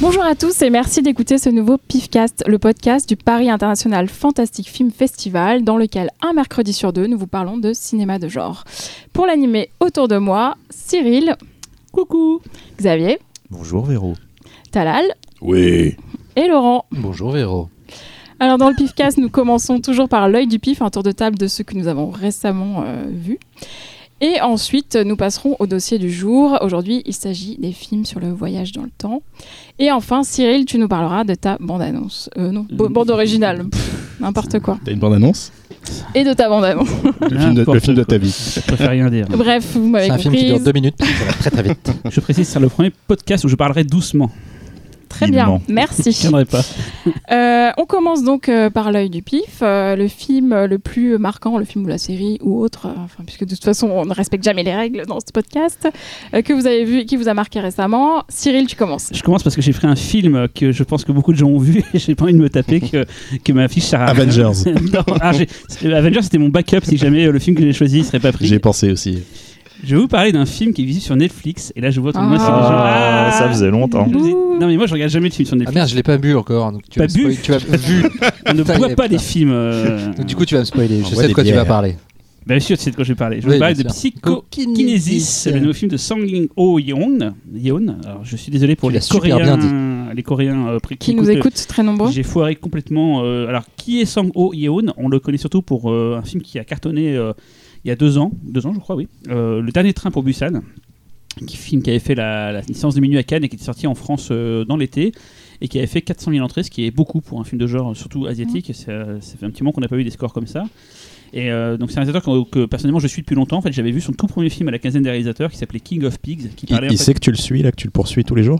Bonjour à tous et merci d'écouter ce nouveau PIFcast, le podcast du Paris International Fantastic Film Festival, dans lequel un mercredi sur deux, nous vous parlons de cinéma de genre. Pour l'animer autour de moi, Cyril. Coucou. Xavier. Bonjour Véro. Talal. Oui. Et Laurent. Bonjour Véro. Alors dans le PIFcast, nous commençons toujours par l'œil du pif, un tour de table de ceux que nous avons récemment vus. Et ensuite, nous passerons au dossier du jour. Aujourd'hui, il s'agit des films sur le voyage dans le temps. Et enfin, Cyril, tu nous parleras de ta bande-annonce. Bande originale. N'importe quoi. T'as une bande-annonce ? Et de ta bande-annonce. Le film de ta vie. Je préfère rien dire. Bref, vous m'avez compris. C'est un film qui dure 2 minutes, ça va très très vite. Je précise, c'est le premier podcast où je parlerai doucement. Très bien, merci. Je ne tiendrai pas. On commence donc par l'œil du pif, le film le plus marquant, le film ou la série ou autre, puisque de toute façon on ne respecte jamais les règles dans ce podcast, que vous avez vu et qui vous a marqué récemment. Cyril, tu commences. Je commence parce que j'ai pris un film que je pense que beaucoup de gens ont vu et j'ai pas envie de me taper que ma fiche sert à rien. Avengers. Non, Avengers c'était mon backup si jamais le film que j'ai choisi serait pas pris. J'ai pensé aussi. Je vais vous parler d'un film qui est visible sur Netflix et là je vois autour de moi c'est des gens. Ça faisait longtemps. Non mais moi je regarde jamais de films sur Netflix. Ah merde, je l'ai pas vu encore. Donc tu Pas vas me bu spoiler. Tu vas vu. On ne voit pas les films. Donc, du coup tu vas me spoiler. Je voit sais de quoi des tu vas bières. parler. Bien sûr, tu sais de quoi je vais parler. Je vais Oui, parler de bien sûr. Psychokinesis, le nouveau film de Sang Ho Yeon. Alors, je suis désolé pour Tu les l'as super Coréens, bien les Coréens Qui nous écoutent très nombreux. J'ai foiré complètement. Alors, qui est Sang Ho Yeon ? On le connaît surtout pour un film qui a cartonné il y a 2 ans. 2 ans, je crois, oui. Le dernier train pour Busan. Film qui avait fait la licence de minuit à Cannes et qui était sorti en France dans l'été et qui avait fait 400 000 entrées, ce qui est beaucoup pour un film de genre, surtout asiatique. Ça fait un petit moment qu'on n'a pas eu des scores comme ça. Et donc c'est un réalisateur que personnellement je suis depuis longtemps. En fait, j'avais vu son tout premier film à la quinzaine des réalisateurs qui s'appelait King of Pigs. Il sait que tu le suis, là, que tu le poursuis tous les jours ?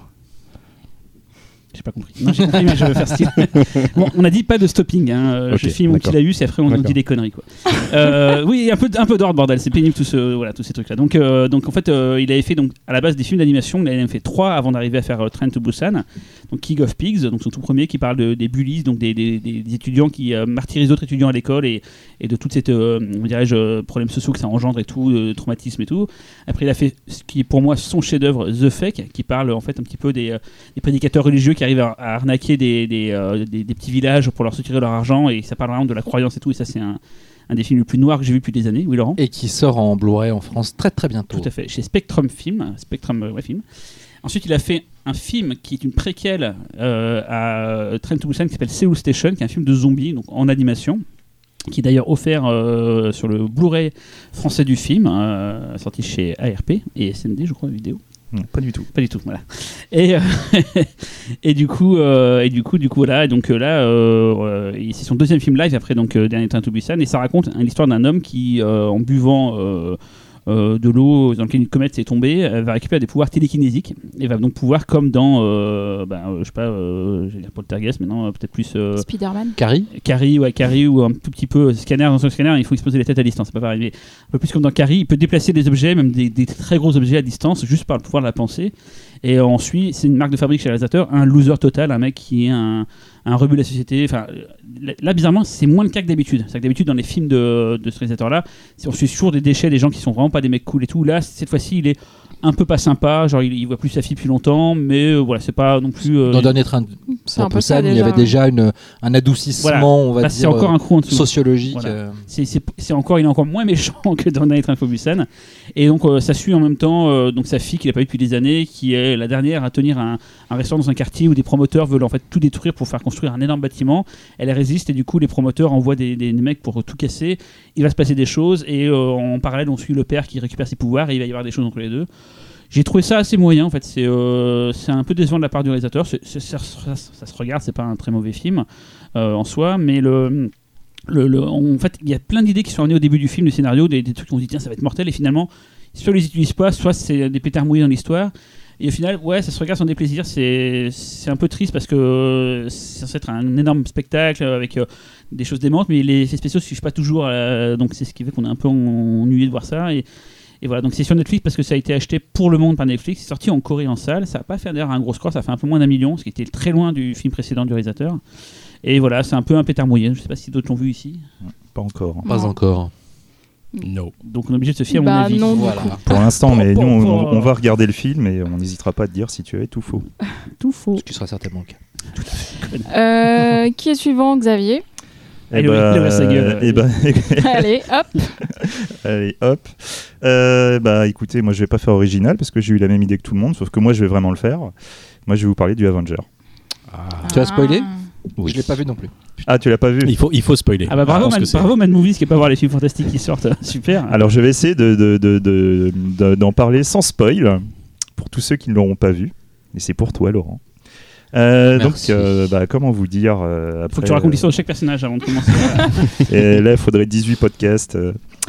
J'ai pas compris. Non, j'ai compris, mais je vais faire style. Bon, on a dit pas de stopping. Hein. Ok, je filme mon qu'il a eu, c'est après on nous dit des conneries. Quoi. Oui, un peu d'ordre, bordel. C'est pénible tous ces trucs-là. Donc en fait, il avait fait donc, à la base des films d'animation. Il avait fait 3 avant d'arriver à faire Train to Busan. Donc King of Pigs, donc son tout premier, qui parle des bullies, donc des étudiants qui martyrisent d'autres étudiants à l'école et de toute cette problèmes sociaux que ça engendre et tout, traumatisme et tout. Après, il a fait ce qui est pour moi son chef-d'œuvre, The Fake, qui parle en fait un petit peu des prédicateurs religieux qui arrivent à arnaquer des petits villages pour leur soutirer leur argent, et ça parle vraiment de la croyance et tout, et ça c'est un des films les plus noirs que j'ai vu depuis des années. Oui, Laurent ? Et qui sort en Blu-ray en France très très bientôt. Tout à fait, chez Spectrum Film. Ensuite, il a fait un film qui est une préquelle à Train to Busan qui s'appelle Seoul Station, qui est un film de zombies, donc en animation, qui est d'ailleurs offert sur le Blu-ray français du film, sorti chez ARP et SND, je crois, vidéo. Pas du tout. Pas du tout, voilà. Et du coup, voilà. Et donc là, c'est son deuxième film live après Dernier Train to Busan, et ça raconte l'histoire d'un homme qui, en buvant de l'eau dans laquelle une comète s'est tombée, va récupérer des pouvoirs télékinésiques et va donc pouvoir, comme dans je sais pas, j'allais dire Poltergeist, mais non, peut-être plus Spider-Man. Carrie ou un tout petit peu Scanner. Dans son Scanner, il faut exploser les têtes à distance, c'est pas pareil, mais un peu plus comme dans Carrie, il peut déplacer des objets, même des très gros objets à distance, juste par le pouvoir de la pensée. Et ensuite, c'est une marque de fabrique chez le réalisateur, un loser total, un mec qui est un rebut de la société. Enfin, là, bizarrement, c'est moins le cas que d'habitude. C'est que d'habitude, dans les films de ce réalisateur-là, on suit toujours des déchets, des gens qui sont vraiment pas des mecs cool et tout. Là, cette fois-ci, il est un peu pas sympa, genre il voit plus sa fille depuis longtemps, mais voilà, c'est pas non plus dans Dernier Train c'est un peu ça, il y avait déjà un adoucissement, voilà. On va dire, c'est encore un coup en dessous, sociologique. Voilà. Il est encore moins méchant que dans Dernier Train to Busan. Et donc ça suit en même temps donc sa fille qu'il a pas eu depuis des années, qui est la dernière à tenir un restaurant dans un quartier où des promoteurs veulent en fait tout détruire pour faire construire un énorme bâtiment. Elle résiste et du coup les promoteurs envoient des mecs pour tout casser. Il va se passer des choses et en parallèle on suit le père qui récupère ses pouvoirs et il va y avoir des choses entre les deux. J'ai trouvé ça assez moyen en fait, c'est un peu décevant de la part du réalisateur, ça se regarde, c'est pas un très mauvais film en soi, mais en fait il y a plein d'idées qui sont venues au début du film, du scénario, des trucs qu'on se dit tiens ça va être mortel, et finalement soit ils les utilisent pas, soit c'est des pétards mouillés dans l'histoire, et au final ouais ça se regarde sans déplaisir, c'est un peu triste parce que c'est censé être un énorme spectacle avec des choses démentes, mais les effets spéciaux ne suivent pas toujours, donc c'est ce qui fait qu'on est un peu ennuyé de voir ça. Et voilà, donc c'est sur Netflix parce que ça a été acheté pour le monde par Netflix. C'est sorti en Corée en salle. Ça n'a pas fait d'ailleurs un gros score, ça a fait un peu moins d'1 million, ce qui était très loin du film précédent du réalisateur. Et voilà, c'est un peu un pétard mouillé. Je ne sais pas si d'autres l'ont vu ici. Pas encore. Pas encore. Non. Donc on est obligé de se fier à mon Bah avis. non, du Voilà. coup. Pour l'instant, mais nous, Bon. on va regarder le film et on n'hésitera pas à te dire si tu es tout faux. Tout faux. Ce qui sera certainement le cas. Qui est suivant, Xavier? Allez, oui, il reste la gueule. Allez, hop. Allez, hop. Écoutez, moi, je vais pas faire original parce que j'ai eu la même idée que tout le monde, sauf que moi, je vais vraiment le faire. Moi, je vais vous parler du Avenger. Tu as spoilé? Oui. Je l'ai pas vu non plus. Ah, tu l'as pas vu? Il faut spoiler. Ah bah bravo, Je pense que c'est- bravo Mad Movies qui est pas voir les films fantastiques qui sortent. Super. Alors, je vais essayer d'en parler sans spoil pour tous ceux qui ne l'auront pas vu. Et c'est pour toi, Laurent. Merci. Comment vous dire Faut que tu racontes l'histoire de chaque personnage avant de commencer. Et là, il faudrait 18 podcasts.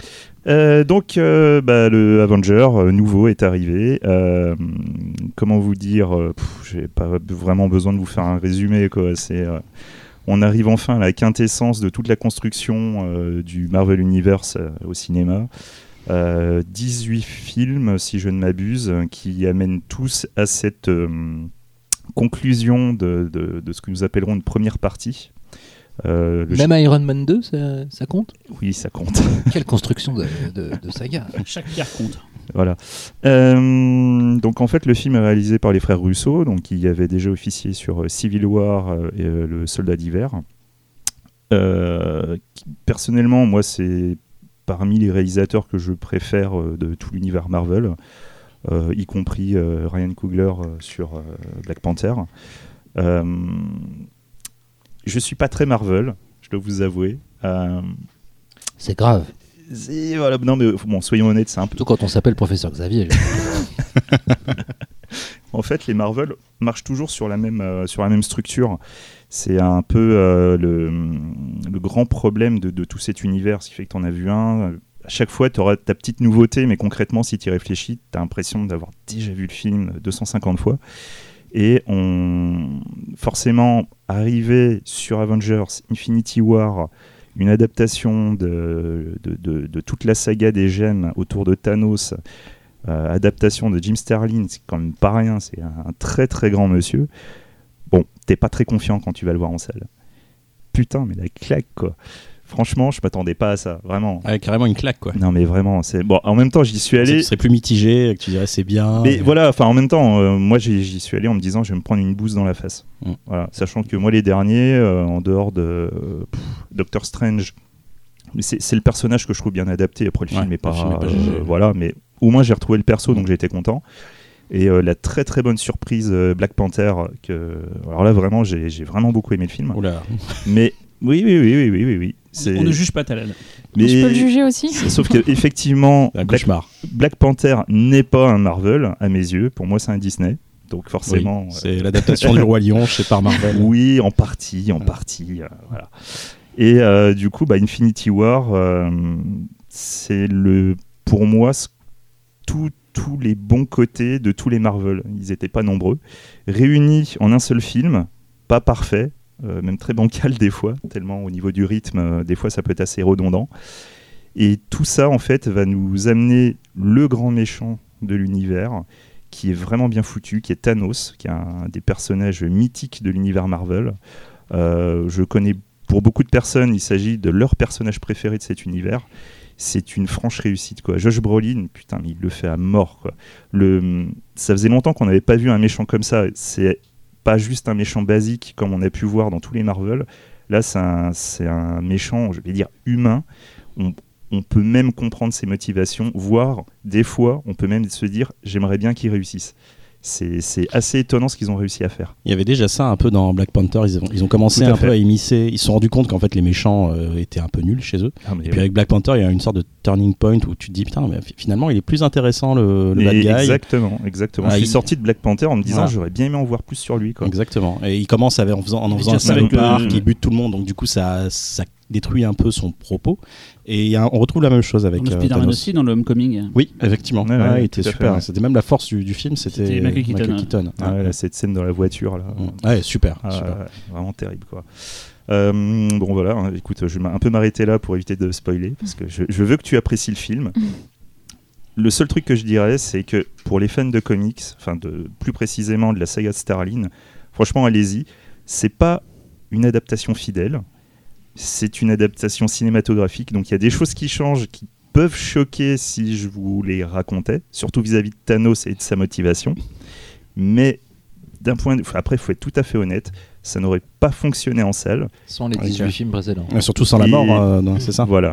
Le Avenger nouveau est arrivé. Comment vous dire j'ai pas vraiment besoin de vous faire un résumé, quoi. On arrive enfin à la quintessence de toute la construction du Marvel Universe au cinéma. 18 films, si je ne m'abuse, qui amènent tous à cette conclusion de ce que nous appellerons une première partie. Même Iron Man 2, ça compte? Oui, ça compte. Quelle construction de saga. Chaque pierre compte. Voilà. Donc en fait, le film est réalisé par les frères Russo, donc qui avaient déjà officié sur Civil War et le Soldat d'hiver. Personnellement, moi, c'est parmi les réalisateurs que je préfère de tout l'univers Marvel, y compris Ryan Coogler sur Black Panther. Je suis pas très Marvel, je dois vous avouer. C'est grave. Voilà, non mais bon, soyons honnêtes, c'est un peu. Surtout quand on s'appelle Professeur Xavier. En fait, les Marvel marchent toujours sur la même structure. C'est un peu le grand problème de tout cet univers, ce qui fait que tu en as vu un. À chaque fois, tu auras ta petite nouveauté, mais concrètement, si tu y réfléchis, tu as l'impression d'avoir déjà vu le film 250 fois. Et forcément, arriver sur Avengers Infinity War, une adaptation de toute la saga des gemmes autour de Thanos, adaptation de Jim Sterling, c'est quand même pas rien, c'est un très très grand monsieur. Bon, t'es pas très confiant quand tu vas le voir en salle. Putain, mais la claque, quoi. Franchement, je m'attendais pas à ça, vraiment. Ouais, carrément une claque, quoi. Non, mais vraiment, c'est bon. En même temps, j'y suis allé. Tu serais plus mitigé, que tu dirais c'est bien. Mais voilà, enfin, en même temps, moi, j'y suis allé en me disant, je vais me prendre une bouse dans la face. Voilà, sachant que moi, les derniers, en dehors de Doctor Strange, c'est le personnage que je trouve bien adapté. Après, le film est pas, voilà, mais au moins j'ai retrouvé le perso, donc j'ai été content. Et la très très bonne surprise Black Panther, alors là vraiment, j'ai vraiment beaucoup aimé le film. Oula. Mais oui. On ne juge pas Talal. Mais Je peux le juger aussi. sauf qu'effectivement, Un cauchemar. Black Panther n'est pas un Marvel, à mes yeux. Pour moi, c'est un Disney. Donc forcément... Oui, c'est l'adaptation du Roi Lion chez par Marvel. Oui, en partie. Voilà. Et du coup, Infinity War, c'est pour moi tous les bons côtés de tous les Marvel. Ils n'étaient pas nombreux. Réunis en un seul film, pas parfait, même très bancal des fois, tellement au niveau du rythme, des fois ça peut être assez redondant. Et tout ça, en fait, va nous amener le grand méchant de l'univers, qui est vraiment bien foutu, qui est Thanos, qui est un des personnages mythiques de l'univers Marvel. Je connais, pour beaucoup de personnes, il s'agit de leur personnage préféré de cet univers. C'est une franche réussite, quoi. Josh Brolin, putain, mais il le fait à mort, quoi. Ça faisait longtemps qu'on n'avait pas vu un méchant comme ça. C'est pas juste un méchant basique comme on a pu voir dans tous les Marvel. Là, c'est un méchant, je vais dire, humain. On peut même comprendre ses motivations, voire des fois, on peut même se dire j'aimerais bien qu'il réussisse. C'est assez étonnant ce qu'ils ont réussi à faire. Il y avait déjà ça un peu dans Black Panther, ils ont commencé un peu à immiscer, ils se sont rendus compte qu'en fait les méchants étaient un peu nuls chez eux. Et puis avec Black Panther, il y a une sorte de turning point où tu te dis putain, mais finalement il est plus intéressant le bad guy. Exactement. Ah, je suis sorti de Black Panther en me disant j'aurais bien aimé en voir plus sur lui, quoi. Exactement. Et il commence en faisant un salopard qui bute tout le monde, donc du coup ça détruit un peu son propos. Et on retrouve la même chose avec Spider-Man aussi dans le Homecoming. Oui, effectivement. Il était super. Ouais. C'était même la force du film, c'était Michael Keaton. Là, cette scène dans la voiture, là. Ouais, super. Vraiment terrible, quoi. Bon, voilà. Hein, écoute, je vais un peu m'arrêter là pour éviter de spoiler, parce que je veux que tu apprécies le film. Le seul truc que je dirais, c'est que pour les fans de comics, plus précisément de la saga de Starlin, franchement, allez-y. C'est pas une adaptation fidèle. C'est une adaptation cinématographique, donc il y a des choses qui changent qui peuvent choquer si je vous les racontais, surtout vis-à-vis de Thanos et de sa motivation. Mais après, il faut être tout à fait honnête, ça n'aurait pas fonctionné en salle. Sans les 18 films précédents. Surtout sans la mort, c'est ça. Voilà.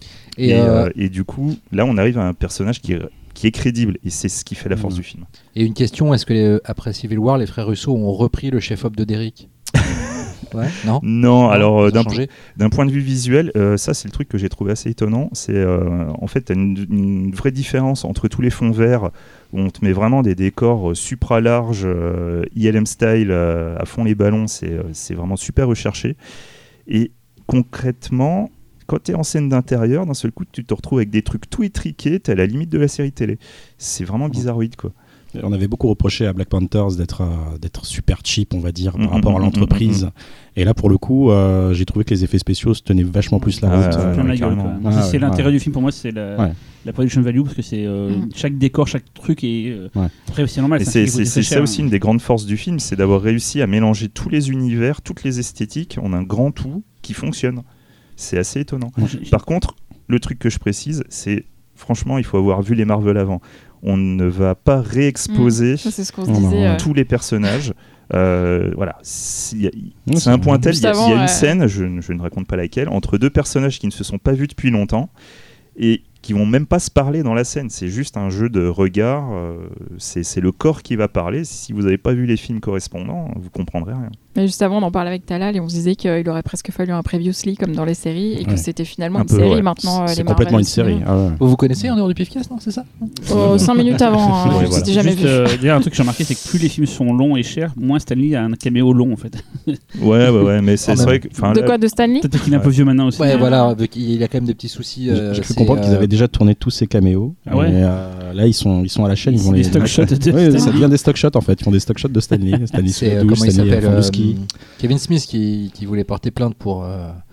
Et du coup, là, on arrive à un personnage qui est crédible, et c'est ce qui fait la force du film. Et une question, est-ce que après Civil War, les frères Russo ont repris le chef-op de Derrick? Ouais, non, alors d'un point de vue visuel, ça c'est le truc que j'ai trouvé assez étonnant. C'est en fait t'as une vraie différence entre tous les fonds verts où on te met vraiment des décors supra larges, ILM style, à fond les ballons, c'est vraiment super recherché. Et concrètement, quand tu es en scène d'intérieur, d'un seul coup tu te retrouves avec des trucs tout étriqués, t'es à la limite de la série télé. C'est vraiment bizarroïde quoi. On avait beaucoup reproché à Black Panthers d'être super cheap, on va dire, par rapport à l'entreprise. Et là, pour le coup, j'ai trouvé que les effets spéciaux se tenaient vachement plus la route. C'est l'intérêt du film pour moi, c'est la production value, parce que c'est chaque décor, chaque truc est après c'est normal. C'est ça aussi une des grandes forces du film, c'est d'avoir réussi à mélanger tous les univers, toutes les esthétiques en un grand tout qui fonctionne. C'est assez étonnant. Par contre, le truc que je précise, c'est franchement, il faut avoir vu les Marvel avant. On ne va pas réexposer tous les personnages. Voilà. C'est un point tel, il y a une scène, je ne raconte pas laquelle, entre deux personnages qui ne se sont pas vus depuis longtemps et qui vont même pas se parler dans la scène. C'est juste un jeu de regard. C'est le corps qui va parler. Si vous n'avez pas vu les films correspondants, vous comprendrez rien. Mais juste avant, on en parlait avec Talal et on se disait qu'il aurait presque fallu un previously comme dans les séries et que c'était finalement une série maintenant. C'est complètement une série. Vous connaissez en dehors du Pifcast, non? C'est ça 5 minutes avant. C'était jamais vu. D'ailleurs, un truc que j'ai remarqué, c'est que plus les films sont longs et chers, moins Stanley a un caméo long en fait. Ouais, mais c'est vrai que. De quoi, de Stanley? Peut-être qu'il est un peu vieux maintenant aussi. Ouais, voilà, il a quand même des petits soucis. J'ai cru comprendre qu'ils avaient déjà tourné tous ces caméos. Là, ils sont à la chaîne. Ils vont des stock shots. Ça devient des stock shots en fait. Ils font des stock shots de Stanley. C'est comment il s'appelle Kevin Smith qui voulait porter plainte pour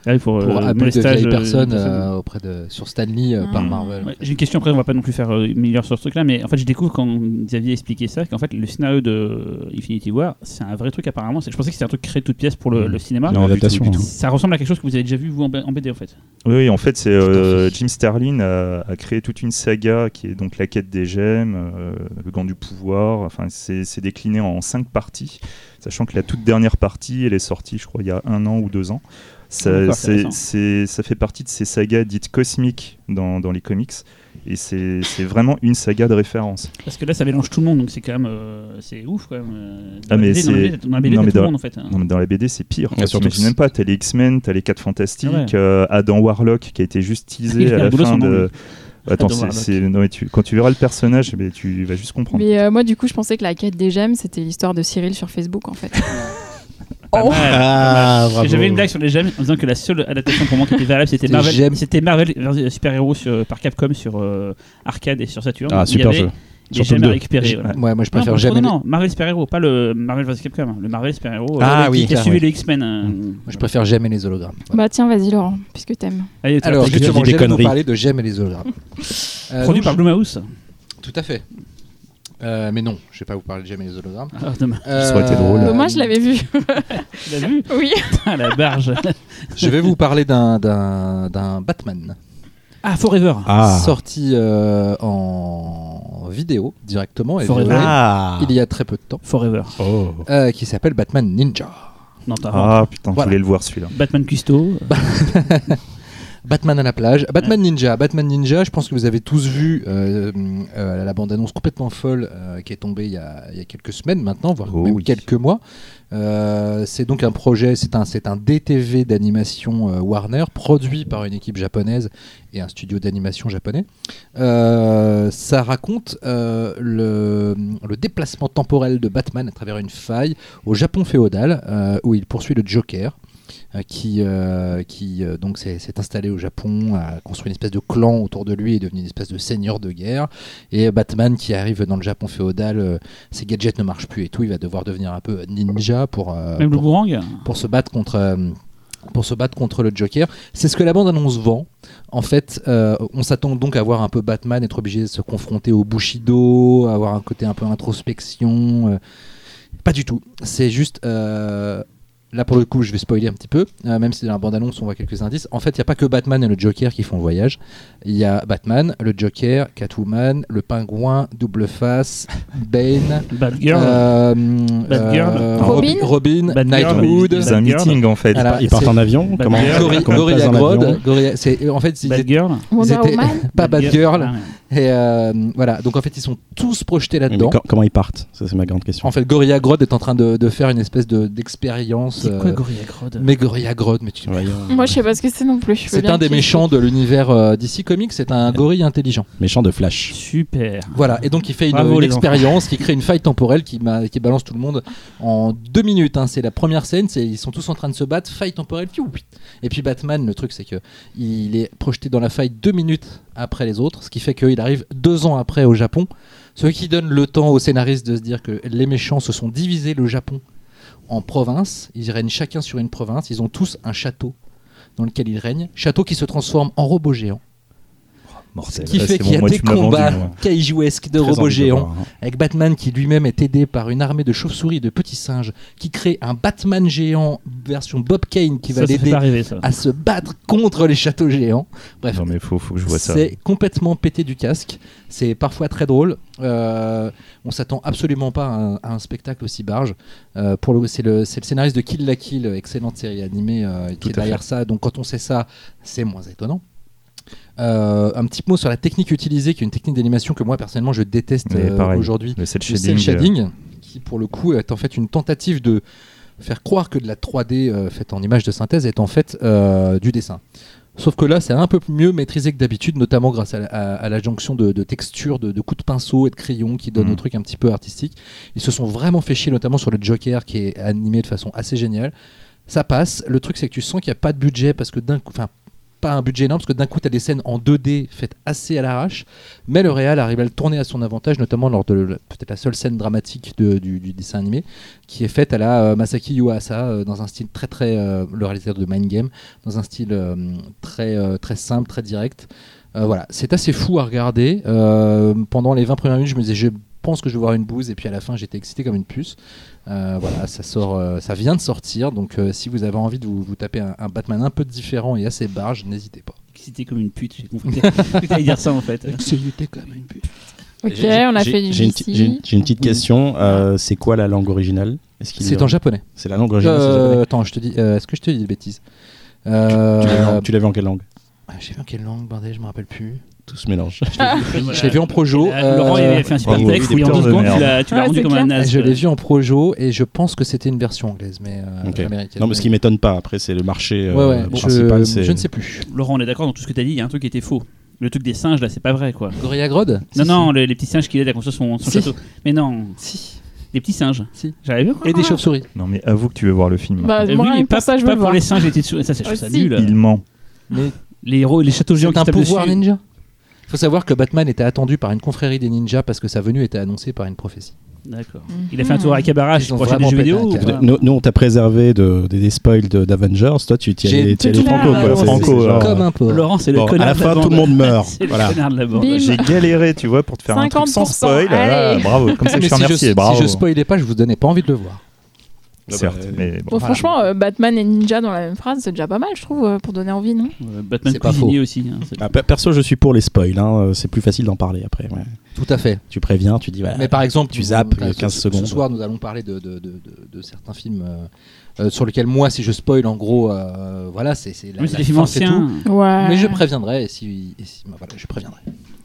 abus de vieilles personnes sur Stanley par Marvel. Ouais, j'ai une question, après on va pas non plus faire meilleur sur ce truc là, mais en fait je découvre quand Xavier expliquait ça qu'en fait le scénario de Infinity War c'est un vrai truc apparemment. Je pensais que c'était un truc créé de toute pièce pour le cinéma. L'adaptation. Ça ressemble à quelque chose que vous avez déjà vu vous en BD en fait. Oui, en fait c'est Jim Starlin a créé toute une saga qui est donc la quête des gemmes, le gant du pouvoir. Enfin c'est décliné en 5 parties, sachant que la toute dernière partie elle est sortie je crois il y a 1 an ou 2 ans. Ça fait partie de ces sagas dites cosmiques dans les comics et c'est vraiment une saga de référence. Parce que là ça mélange tout le monde donc c'est quand même c'est ouf quand même. Dans la BD tout le monde en fait. Non mais dans la BD c'est pire. T'imagines même pas, t'as les X-Men, t'as les 4 Fantastiques, Adam Warlock qui a été juste teasé à la fin de... Attends, quand tu verras le personnage, tu vas juste comprendre. Mais moi du coup je pensais que la quête des gemmes c'était l'histoire de Cyril sur Facebook en fait. J'avais une blague sur les gemmes en disant que la seule adaptation pour moi qui était valable c'était Marvel super-héros par Capcom sur arcade et sur Saturn. Super jeu. J'ai jamais récupéré. Ouais, moi je préfère jamais. Non, Marvel super-héros, pas le Marvel vs Capcom, le Marvel super-héros qui a suivi les X-Men. Moi je préfère J'aime et les hologrammes. Bah tiens, vas-y Laurent, puisque t'aimes. Allez, alors justement, je vais vous parler de J'aime et les hologrammes. Produit par Blumhouse. Tout à fait. Mais non, je vais pas vous parler de J'aime et les hologrammes. Ça aurait été drôle. Moi je l'avais vu. Tu l'as vu? Oui. La barge. Je vais vous parler d'un Batman. Forever. Sorti en vidéo directement. Forever. Il y a très peu de temps. Forever. Qui s'appelle Batman Ninja. Non, putain, je voulais le voir celui-là. Batman Custo. Batman à la plage, Batman Ninja, je pense que vous avez tous vu la bande-annonce complètement folle qui est tombée il y a quelques semaines maintenant, voire quelques mois. C'est donc un projet, c'est un DTV d'animation Warner, produit par une équipe japonaise et un studio d'animation japonais. Ça raconte le déplacement temporel de Batman à travers une faille au Japon féodal, où il poursuit le Joker. Qui donc s'est installé au Japon, a construit une espèce de clan autour de lui et est devenu une espèce de seigneur de guerre. Et Batman qui arrive dans le Japon féodal, ses gadgets ne marchent plus et tout, il va devoir devenir un peu ninja pour se battre contre le Joker. C'est ce que la bande-annonce vend. En fait, on s'attend donc à voir un peu Batman être obligé de se confronter au Bushido, avoir un côté un peu introspection. Pas du tout. C'est juste là pour le coup je vais spoiler un petit peu, même si dans la bande-annonce on voit quelques indices. En fait il n'y a pas que Batman et le Joker qui font le voyage, il y a Batman, le Joker, Catwoman, le Pingouin, Double Face, Bane, Robin, Nightwood. C'est un meeting en fait. Ils partent en avion. Gorilla Grodd, en fait Batgirl, pas Batgirl. Et voilà, donc en fait ils sont tous projetés là-dedans. Mais comment ils partent? Ça c'est ma grande question. En fait Gorilla Grodd est en train de faire une espèce d'expérience. C'est quoi Gorilla Grodd? Mais Gorilla Grodd, mais moi je sais pas ce que c'est non plus. C'est un des méchants de l'univers DC Comics, c'est un gorille intelligent. Méchant de Flash. Super. Voilà, et donc il fait une expérience qui crée une faille temporelle qui balance tout le monde en 2 minutes. Hein. C'est la première scène, ils sont tous en train de se battre, faille temporelle. Et puis Batman, le truc c'est que il est projeté dans la faille 2 minutes après les autres, ce qui fait qu'il arrive 2 ans après au Japon, ce qui donne le temps aux scénaristes de se dire que les méchants se sont divisés le Japon en provinces, ils règnent chacun sur une province, ils ont tous un château dans lequel ils règnent, château qui se transforme en robot géant. Mortel. Ce qui fait qu'il y a des combats kaijouesques de robots géants, avec Batman qui lui-même est aidé par une armée de chauves-souris et de petits singes qui crée un Batman géant version Bob Kane qui va l'aider à se battre contre les châteaux géants. Bref, non mais faut que je vois ça. C'est complètement pété du casque. C'est parfois très drôle. On s'attend absolument pas à un spectacle aussi barge. C'est le scénariste de Kill la Kill, excellente série animée qui est derrière ça. Donc quand on sait ça, c'est moins étonnant. Un petit mot sur la technique utilisée, qui est une technique d'animation que moi personnellement je déteste aujourd'hui, le cel shading, qui pour le coup est en fait une tentative de faire croire que de la 3D faite en image de synthèse est en fait du dessin. Sauf que là c'est un peu mieux maîtrisé que d'habitude, notamment grâce à la jonction de textures, de coups de pinceau et de crayons qui donnent au truc un petit peu artistique. Ils se sont vraiment fait chier, notamment sur le Joker qui est animé de façon assez géniale. Ça passe, le truc c'est que tu sens qu'il n'y a pas de budget parce que pas un budget énorme parce que d'un coup tu as des scènes en 2D faites assez à l'arrache, mais le réal arrive à le tourner à son avantage, notamment lors de peut-être la seule scène dramatique du dessin animé qui est faite à la Masaki Yuasa dans un style très le réalisateur de Mind Game, dans un style très simple, très direct. Voilà, c'est assez fou à regarder. Pendant les 20 premières minutes je me disais je pense que je vais voir une bouse, et puis à la fin j'étais excité comme une puce. Voilà, ça vient de sortir, donc si vous avez envie de vous taper un Batman un peu différent et assez barge, n'hésitez pas. Excité comme une pute, j'ai compris que t'allais dire ça en fait. Excité comme une pute. Ok, on a fait du J'ai une petite question, c'est quoi la langue originale? C'est en japonais. C'est la langue originale. Attends, je te dis, est-ce que je te dis des bêtises? Tu l'as vu en quelle langue? J'ai vu en quelle langue, bordel, je me rappelle plus. Tout se mélange. Je l'ai vu en projo. Laurent il avait fait un super texte, et en 2 secondes tu l'as rendu comme un naze. Je l'ai vu en projo et je pense que c'était une version anglaise, mais américaine. Non, mais ce qui m'étonne pas, après c'est le marché principal. Je ne sais plus. Laurent, on est d'accord dans tout ce que tu as dit, il y a un truc qui était faux. Le truc des singes là, c'est pas vrai quoi. Gorilla Grodd? Non, les petits singes qu'il aident à construire son château. Mais non. Si. Des petits singes. Si. J'avais vu quoi. Et des chauves-souris. Non mais avoue que tu veux voir le film. Bah, oui, moi, mais pas ça, je veux pour voir. les singes et ça c'est ça nul. Il ment. Mais les châteaux géants qui c'est un tapent dessus. pouvoir ninja. Il faut savoir que Batman était attendu par une confrérie des ninjas parce que sa venue était annoncée par une prophétie. D'accord. Il a fait un tour à Kabarash Ils ont prochain des vraiment jeux pété vidéo. un câble. Nous on t'a préservé des spoils d'Avengers, toi tu t'y allais franco quoi. Franco, comme un peu. Laurent, c'est le Bon, connard. à la fin, tout le monde meurt. C'est Voilà. le connard de la bande. Bim. J'ai galéré, tu vois, pour te faire un truc sans 50%, spoil. Ah, allez. bravo, comme ça je Mais te remercie. Bravo. si je spoilais pas, je vous donnais pas envie de le voir. Certes, mais Bon, bon. franchement, Batman et Ninja dans la même phrase, c'est déjà pas mal, je trouve, pour donner envie, non? Batman C'est pas cuisinier faux. aussi. Perso, je suis pour les spoils. C'est plus facile d'en parler après. Ouais. Tout à fait. Tu préviens, tu dis. Voilà, Mais par exemple, tu zappes 15 secondes. Ce soir, nous allons parler de certains films sur lesquels moi, si je spoil, en gros, voilà, c'est Oui, c'est des films anciens. Ouais. Mais je préviendrai. Voilà, je préviendrai.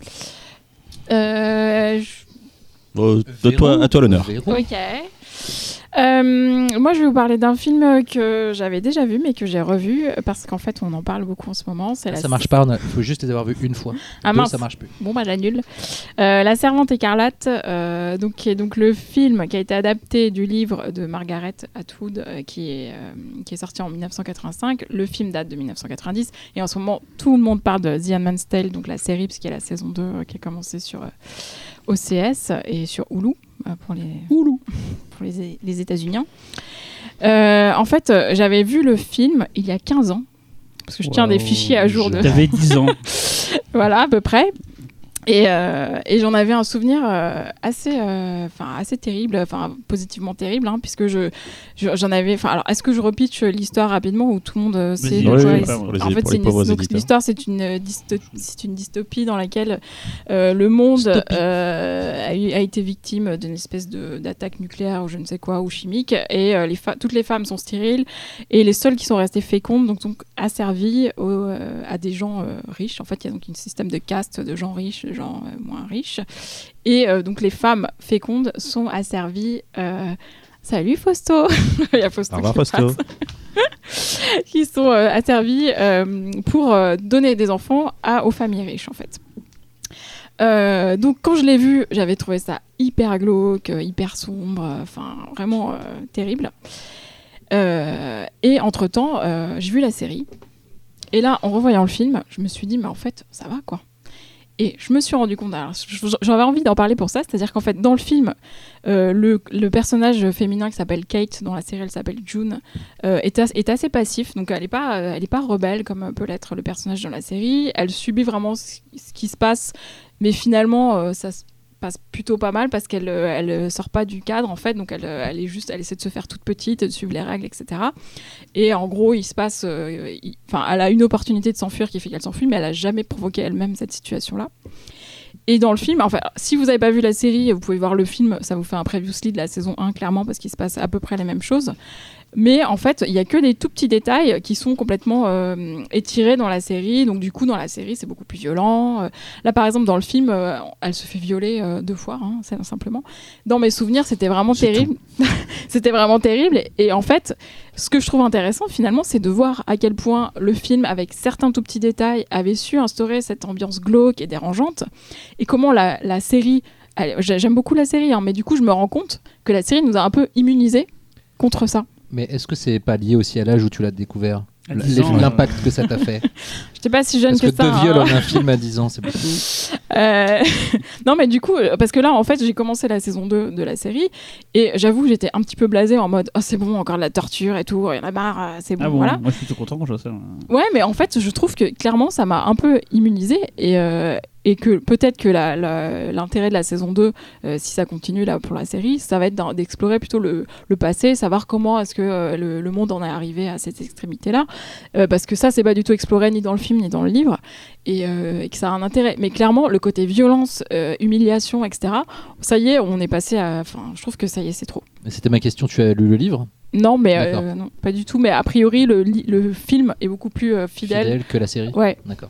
À toi l'honneur. Ok. Moi, je vais vous parler d'un film que j'avais déjà vu, mais que j'ai revu parce qu'en fait, on en parle beaucoup en ce moment. Ça marche pas. Il faut juste les avoir vus une fois. Ah Deux, mince. ça marche plus. Bon, bah, j'annule. La Servante écarlate, qui est donc le film qui a été adapté du livre de Margaret Atwood, qui est sorti en 1985. Le film date de 1990. Et en ce moment, tout le monde parle de The Handmaid's Tale, donc la série, puisqu'il y a la saison 2 qui a commencé sur OCS et sur Hulu. Pour les États-Unis. En fait, j'avais vu le film il y a 15 ans, parce que je tiens des fichiers à jour de... T'avais 10 ans. Voilà, à peu près. Et j'en avais un souvenir assez terrible, positivement terrible, puisque j'en avais. Alors, est-ce que je repitch l'histoire rapidement ou tout le monde sait en fait, l'histoire, c'est une dystopie dans laquelle le monde a été victime d'une espèce d'attaque nucléaire ou je ne sais quoi, ou chimique, et toutes les femmes sont stériles, et les seules qui sont restées fécondes donc asservies à des gens riches. En fait, il y a donc un système de caste de gens riches, de gens moins riches, et donc les femmes fécondes sont asservies. Salut Fausto. Il y a Fausto. Au revoir Fausto. Qui sont asservies pour donner des enfants aux familles riches en fait. Donc quand je l'ai vu, j'avais trouvé ça hyper glauque, hyper sombre, vraiment terrible. Et entre-temps, j'ai vu la série. Et là, en revoyant le film, je me suis dit, mais en fait, ça va quoi. Et je me suis rendu compte, alors j'avais envie d'en parler pour ça, c'est-à-dire qu'en fait, dans le film, le personnage féminin qui s'appelle Kate, dans la série elle s'appelle June, est assez passif, donc elle est pas rebelle comme peut l'être le personnage dans la série. Elle subit vraiment ce qui se passe, mais finalement, ça se passe plutôt pas mal parce qu'elle sort pas du cadre en fait, donc elle essaie de se faire toute petite, de suivre les règles, etc. Et en gros il se passe elle a une opportunité de s'enfuir qui fait qu'elle s'enfuit, mais elle a jamais provoqué elle-même cette situation là. Et dans le film, si vous n'avez pas vu la série, vous pouvez voir le film, ça vous fait un previously de la saison 1 clairement, parce qu'il se passe à peu près les mêmes choses. Mais en fait, il n'y a que des tout petits détails qui sont complètement étirés dans la série. Donc du coup, dans la série, c'est beaucoup plus violent. Là, par exemple, dans le film, elle se fait violer 2 fois, c'est simplement. Dans mes souvenirs, c'était vraiment terrible. C'était vraiment terrible. Et en fait, ce que je trouve intéressant, finalement, c'est de voir à quel point le film, avec certains tout petits détails, avait su instaurer cette ambiance glauque et dérangeante. Et comment la série... J'aime beaucoup la série, mais du coup, je me rends compte que la série nous a un peu immunisés contre ça. Mais est-ce que c'est pas lié aussi à l'âge où tu l'as découvert ? L'impact que ça t'a fait. Je sais pas si jeune que ça. Parce que 2 viols en un film à 10 ans, c'est beaucoup. Non, mais du coup, parce que là, en fait, j'ai commencé la saison 2 de la série et j'avoue, j'étais un petit peu blasée en mode, oh, c'est bon, encore de la torture et tout, il y en a marre, c'est bon, voilà. Moi, je suis tout content quand je vois ça. Ouais, mais en fait, je trouve que clairement, ça m'a un peu immunisée et que peut-être que l'intérêt de la saison 2, si ça continue là pour la série, ça va être d'explorer plutôt le passé, savoir comment est-ce que le monde en est arrivé à cette extrémité-là, parce que ça, c'est pas du tout exploré ni dans le film ni dans le livre, et que ça a un intérêt. Mais clairement, le côté violence, humiliation, etc., ça y est, on est passé à... Enfin, je trouve que ça y est, c'est trop. C'était ma question, tu as lu le livre ? Non, mais non, pas du tout. Mais a priori, le film est beaucoup plus fidèle que la série ? Ouais. D'accord.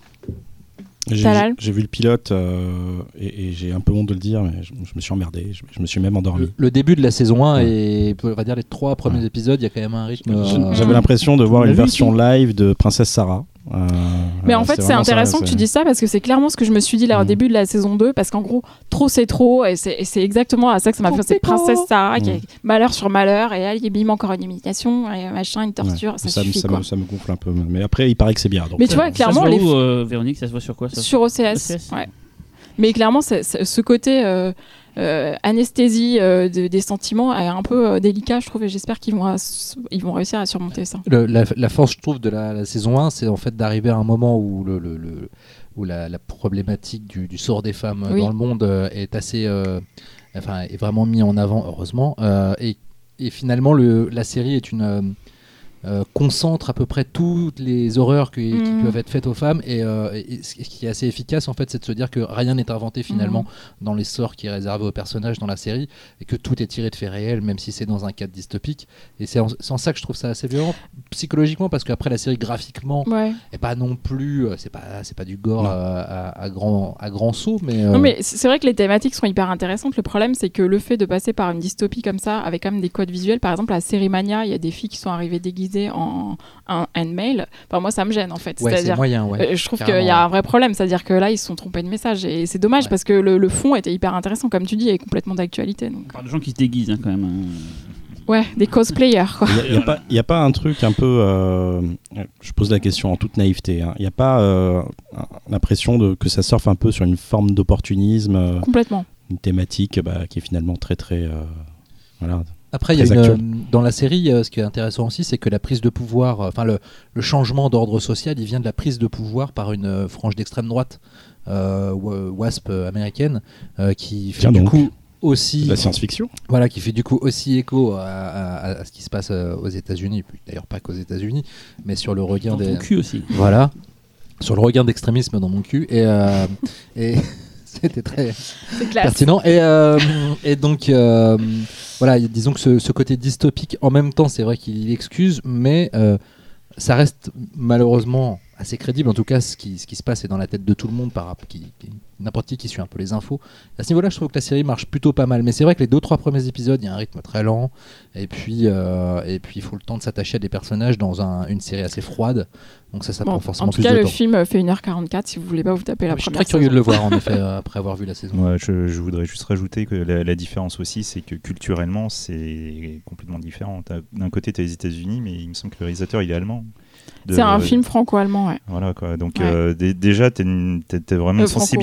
J'ai vu le pilote et j'ai un peu honte de le dire, mais je me suis emmerdé, je me suis même endormi. Le début de la saison 1 et on va dire les 3 premiers épisodes, il y a quand même un rythme... J'avais l'impression de voir une version live de Princesse Sarah. Mais en fait, c'est intéressant que tu dises ça parce que c'est clairement ce que je me suis dit là au début de la saison 2, parce qu'en gros, trop c'est trop, et c'est exactement à ça que ça m'a fait. C'est Princesse Sarah qui est malheur sur malheur, et elle, il bime encore une imitation, et machin, une torture, ça suffit quoi. Ça me gonfle un peu, mais après, il paraît que c'est bien. Donc, mais tu vois, clairement. Ça se voit où, Véronique, ça se voit sur quoi ça ? Sur OCS, ouais. Mais clairement, ce côté anesthésie des sentiments est un peu délicat, je trouve, et j'espère qu'ils vont réussir à surmonter ça. La force, je trouve, de la saison 1, c'est en fait d'arriver à un moment où la problématique du sort des femmes dans le monde est assez... est vraiment mis en avant, heureusement. Et finalement, la série est concentre à peu près toutes les horreurs qui peuvent être faites aux femmes, et ce qui est assez efficace en fait, c'est de se dire que rien n'est inventé finalement dans les sorts qui est réservé aux personnages dans la série, et que tout est tiré de faits réels, même si c'est dans un cadre dystopique. Et c'est en ça que je trouve ça assez violent psychologiquement, parce qu'après la série graphiquement est pas non plus c'est pas du gore à grand saut, mais non, mais c'est vrai que les thématiques sont hyper intéressantes. Le problème, c'est que le fait de passer par une dystopie comme ça, avec quand même des codes visuels, par exemple la série Mania, il y a des filles qui sont arrivées déguisées en handmail. Enfin, moi, ça me gêne en fait. C'est moyen, je trouve qu'il y a un vrai problème, c'est-à-dire que là, ils se sont trompés de message, et c'est dommage parce que le fond était hyper intéressant, comme tu dis, et complètement d'actualité. Donc. On parle de gens qui se déguisent quand même. Ouais, des cosplayers quoi. Il n'y a pas un truc un peu... je pose la question en toute naïveté. Il n'y a pas l'impression que ça surfe un peu sur une forme d'opportunisme. Complètement. Une thématique qui est finalement très très... voilà. Après, dans la série, ce qui est intéressant aussi, c'est que la prise de pouvoir, le changement d'ordre social, il vient de la prise de pouvoir par une frange d'extrême droite Wasp américaine, qui fait du coup aussi la science-fiction. Voilà, qui fait du coup aussi écho à ce qui se passe aux États-Unis, puis d'ailleurs pas qu'aux États-Unis, mais sur le regain dans ton cul aussi. Voilà, sur le regain d'extrémisme dans mon cul et c'était très pertinent et donc voilà, disons que ce côté dystopique en même temps, c'est vrai qu'il excuse, mais ça reste malheureusement assez crédible, en tout cas ce qui se passe est dans la tête de tout le monde, n'importe qui suit un peu les infos. À ce niveau-là, je trouve que la série marche plutôt pas mal, mais c'est vrai que les 2-3 premiers épisodes, il y a un rythme très lent, et puis il faut le temps de s'attacher à des personnages dans une série assez froide, donc ça prend forcément plus de temps. En tout cas, le film fait 1h44 si vous voulez pas vous taper la première saison. Je suis très curieux de le voir en effet après avoir vu la saison. Ouais, je voudrais juste rajouter que la différence aussi, c'est que culturellement, c'est complètement différent. D'un côté, tu as les États-Unis, mais il me semble que le réalisateur, il est allemand. C'est un film franco-allemand, ouais. Voilà quoi. Donc déjà, t'as vraiment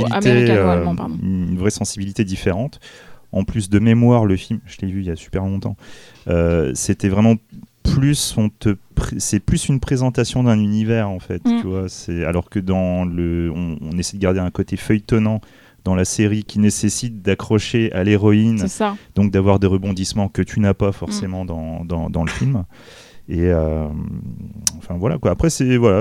une vraie sensibilité différente. En plus de mémoire, le film, je l'ai vu il y a super longtemps. C'était vraiment plus, c'est plus une présentation d'un univers en fait. Tu vois, alors que dans on essaie de garder un côté feuilletonnant dans la série qui nécessite d'accrocher à l'héroïne, donc d'avoir des rebondissements que tu n'as pas forcément dans le film. Et enfin voilà quoi. Après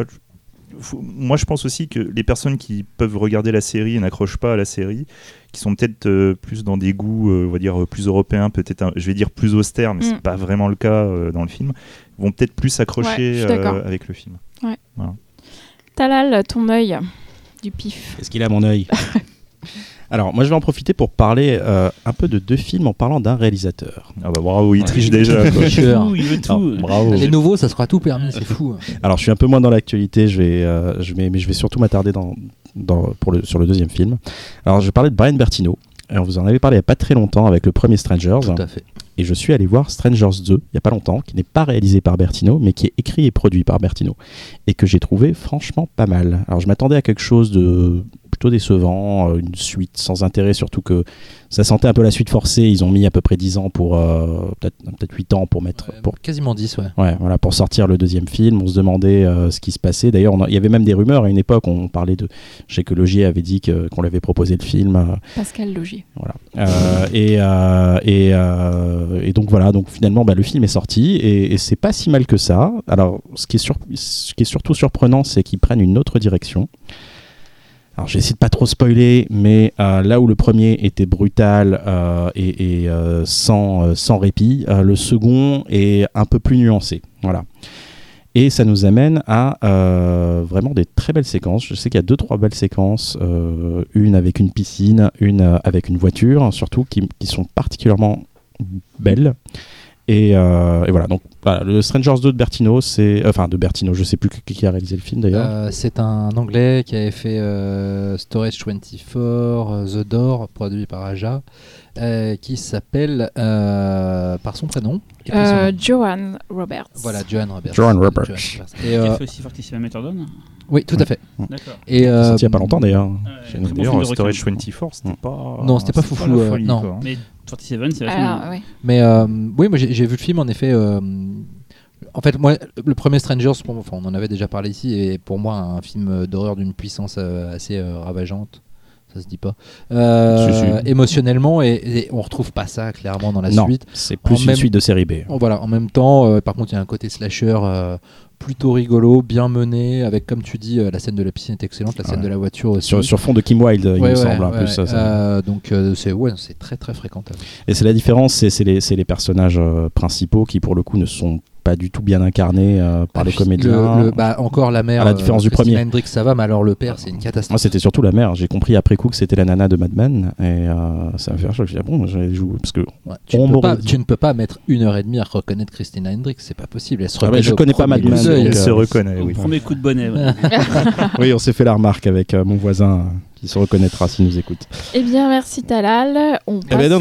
moi je pense aussi que les personnes qui peuvent regarder la série et n'accrochent pas à la série, qui sont peut-être plus dans des goûts on va dire plus européens, peut-être je vais dire plus austères, mais c'est pas vraiment le cas dans le film, vont peut-être plus s'accrocher avec le film. Ouais. Voilà. Talal, ton œil du pif. Est-ce qu'il a mon œil? Alors, moi je vais en profiter pour parler un peu de 2 films en parlant d'un réalisateur. Ah bah bravo, il triche déjà. Il veut tout. Bravo. Les nouveaux, ça sera tout permis, c'est fou. Alors, je suis un peu moins dans l'actualité, mais je vais surtout m'attarder sur le deuxième film. Alors, je vais parler de Brian Bertino. Alors, vous en avez parlé il n'y a pas très longtemps avec le premier Strangers. Tout à fait. Et je suis allé voir Strangers 2 il n'y a pas longtemps, qui n'est pas réalisé par Bertino, mais qui est écrit et produit par Bertino. Et que j'ai trouvé franchement pas mal. Alors, je m'attendais à quelque chose de plutôt décevant, une suite sans intérêt, surtout que ça sentait un peu la suite forcée. Ils ont mis à peu près 10 ans pour peut-être 8 ans pour mettre quasiment 10 voilà, pour sortir le deuxième film. On se demandait ce qui se passait. D'ailleurs, il y avait même des rumeurs à une époque, on parlait de, je sais que Logier avait dit qu'on l'avait proposé le film, Pascal Logier. Voilà. Et donc voilà, donc finalement le film est sorti et c'est pas si mal que ça. Alors ce qui est surtout surprenant, c'est qu'ils prennent une autre direction. Alors j'essaie de pas trop spoiler, mais là où le premier était brutal et sans répit, le second est un peu plus nuancé. Voilà. Et ça nous amène à vraiment des très belles séquences. Je sais qu'il y a 2-3 belles séquences, une avec une piscine, une avec une voiture, surtout qui sont particulièrement belles. Et voilà, donc voilà, le Strangers 2 de Bertino, de Bertino, je sais plus qui a réalisé le film d'ailleurs. C'est un Anglais qui avait fait Storage 24, The Door, produit par Aja, qui s'appelle par son prénom. Joan Roberts. Voilà, Joan Roberts. Et il fait aussi partie de Methodon. Oui, tout à fait. D'accord. Et sorti il n'y a pas longtemps d'ailleurs. D'ailleurs, Storage 24, c'était pas. Non, c'était pas foufou. Non. Mais 47, c'est vachement. Oui. Mais oui, moi j'ai vu le film en effet. En fait, moi, le premier Strangers, on en avait déjà parlé ici, et pour moi, un film d'horreur d'une puissance assez ravageante. Ça se dit pas. Émotionnellement, et on retrouve pas ça clairement dans la suite. C'est plus une suite de série B. Voilà, en même temps, par contre, il y a un côté slasher plutôt rigolo, bien mené, avec, comme tu dis, la scène de la piscine est excellente, la scène de la voiture aussi. Sur fond de Kim Wilde, il me semble, un peu ça. Donc, c'est très très fréquentable. Et c'est la différence, c'est les personnages principaux qui, pour le coup, ne sont pas du tout bien incarné par les comédiens. Encore la mère, à la différence du premier. Hendricks, ça va, mais alors le père, c'est une catastrophe. Moi, c'était surtout la mère. J'ai compris après coup que c'était la nana de Mad Men, et ça m'a fait je me suis dit, bon, j'allais jouer parce que tu ne peux pas mettre 1h30 à reconnaître Christina Hendricks, c'est pas possible. Elle se reconnaît. Je connais pas Mad Men. Elle se reconnaît. Oui. Premier coup de bonnet. Oui, on s'est fait la remarque avec mon voisin. Qui se reconnaîtra s'il nous écoute. Eh bien, merci Talal. Non,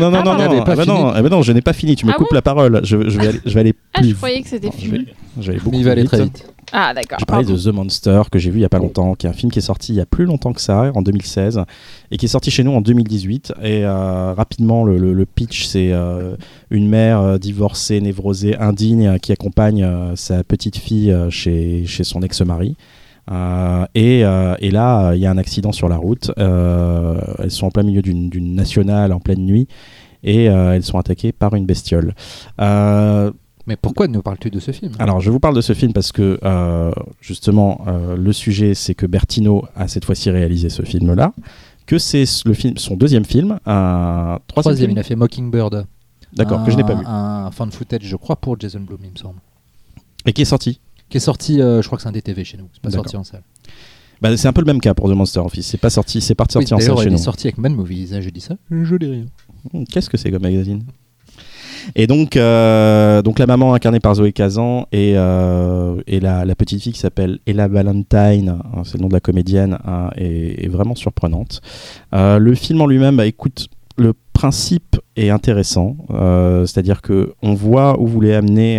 je n'ai pas fini. Tu me coupes la parole. Je vais aller plus. Je croyais que c'était fini. Il va aller très vite. Ah, d'accord. Je parlais de The Monster que j'ai vu il y a pas longtemps, qui est un film qui est sorti il y a plus longtemps que ça, en 2016, et qui est sorti chez nous en 2018. Et rapidement, le pitch, c'est une mère divorcée, névrosée, indigne, qui accompagne sa petite fille chez son ex-mari. Et là, il y a un accident sur la route. Elles sont en plein milieu d'une nationale en pleine nuit et elles sont attaquées par une bestiole. Mais pourquoi nous parles-tu de ce film ? Alors, je vous parle de ce film parce que, justement, le sujet, c'est que Bertino a cette fois-ci réalisé ce film-là, que c'est son deuxième film. Troisième, il a fait Mockingbird. D'accord, que je n'ai pas vu. Un fan footage, je crois, pour Jason Blum, il me semble. Et qui est sorti ? Qui est sorti, je crois que c'est un DTV chez nous, c'est pas sorti en salle. Bah, c'est un peu le même cas pour The Monster Office, c'est pas sorti en salle chez nous. D'ailleurs, il est sorti avec Mad Movies, je dis ça, je dis rien. Qu'est-ce que c'est comme magazine ? Et donc la maman incarnée par Zoé Kazan et la petite fille qui s'appelle Ella Valentine, c'est le nom de la comédienne, est vraiment surprenante. Le film en lui-même, écoute, le principe est intéressant, c'est-à-dire que on voit où voulait amener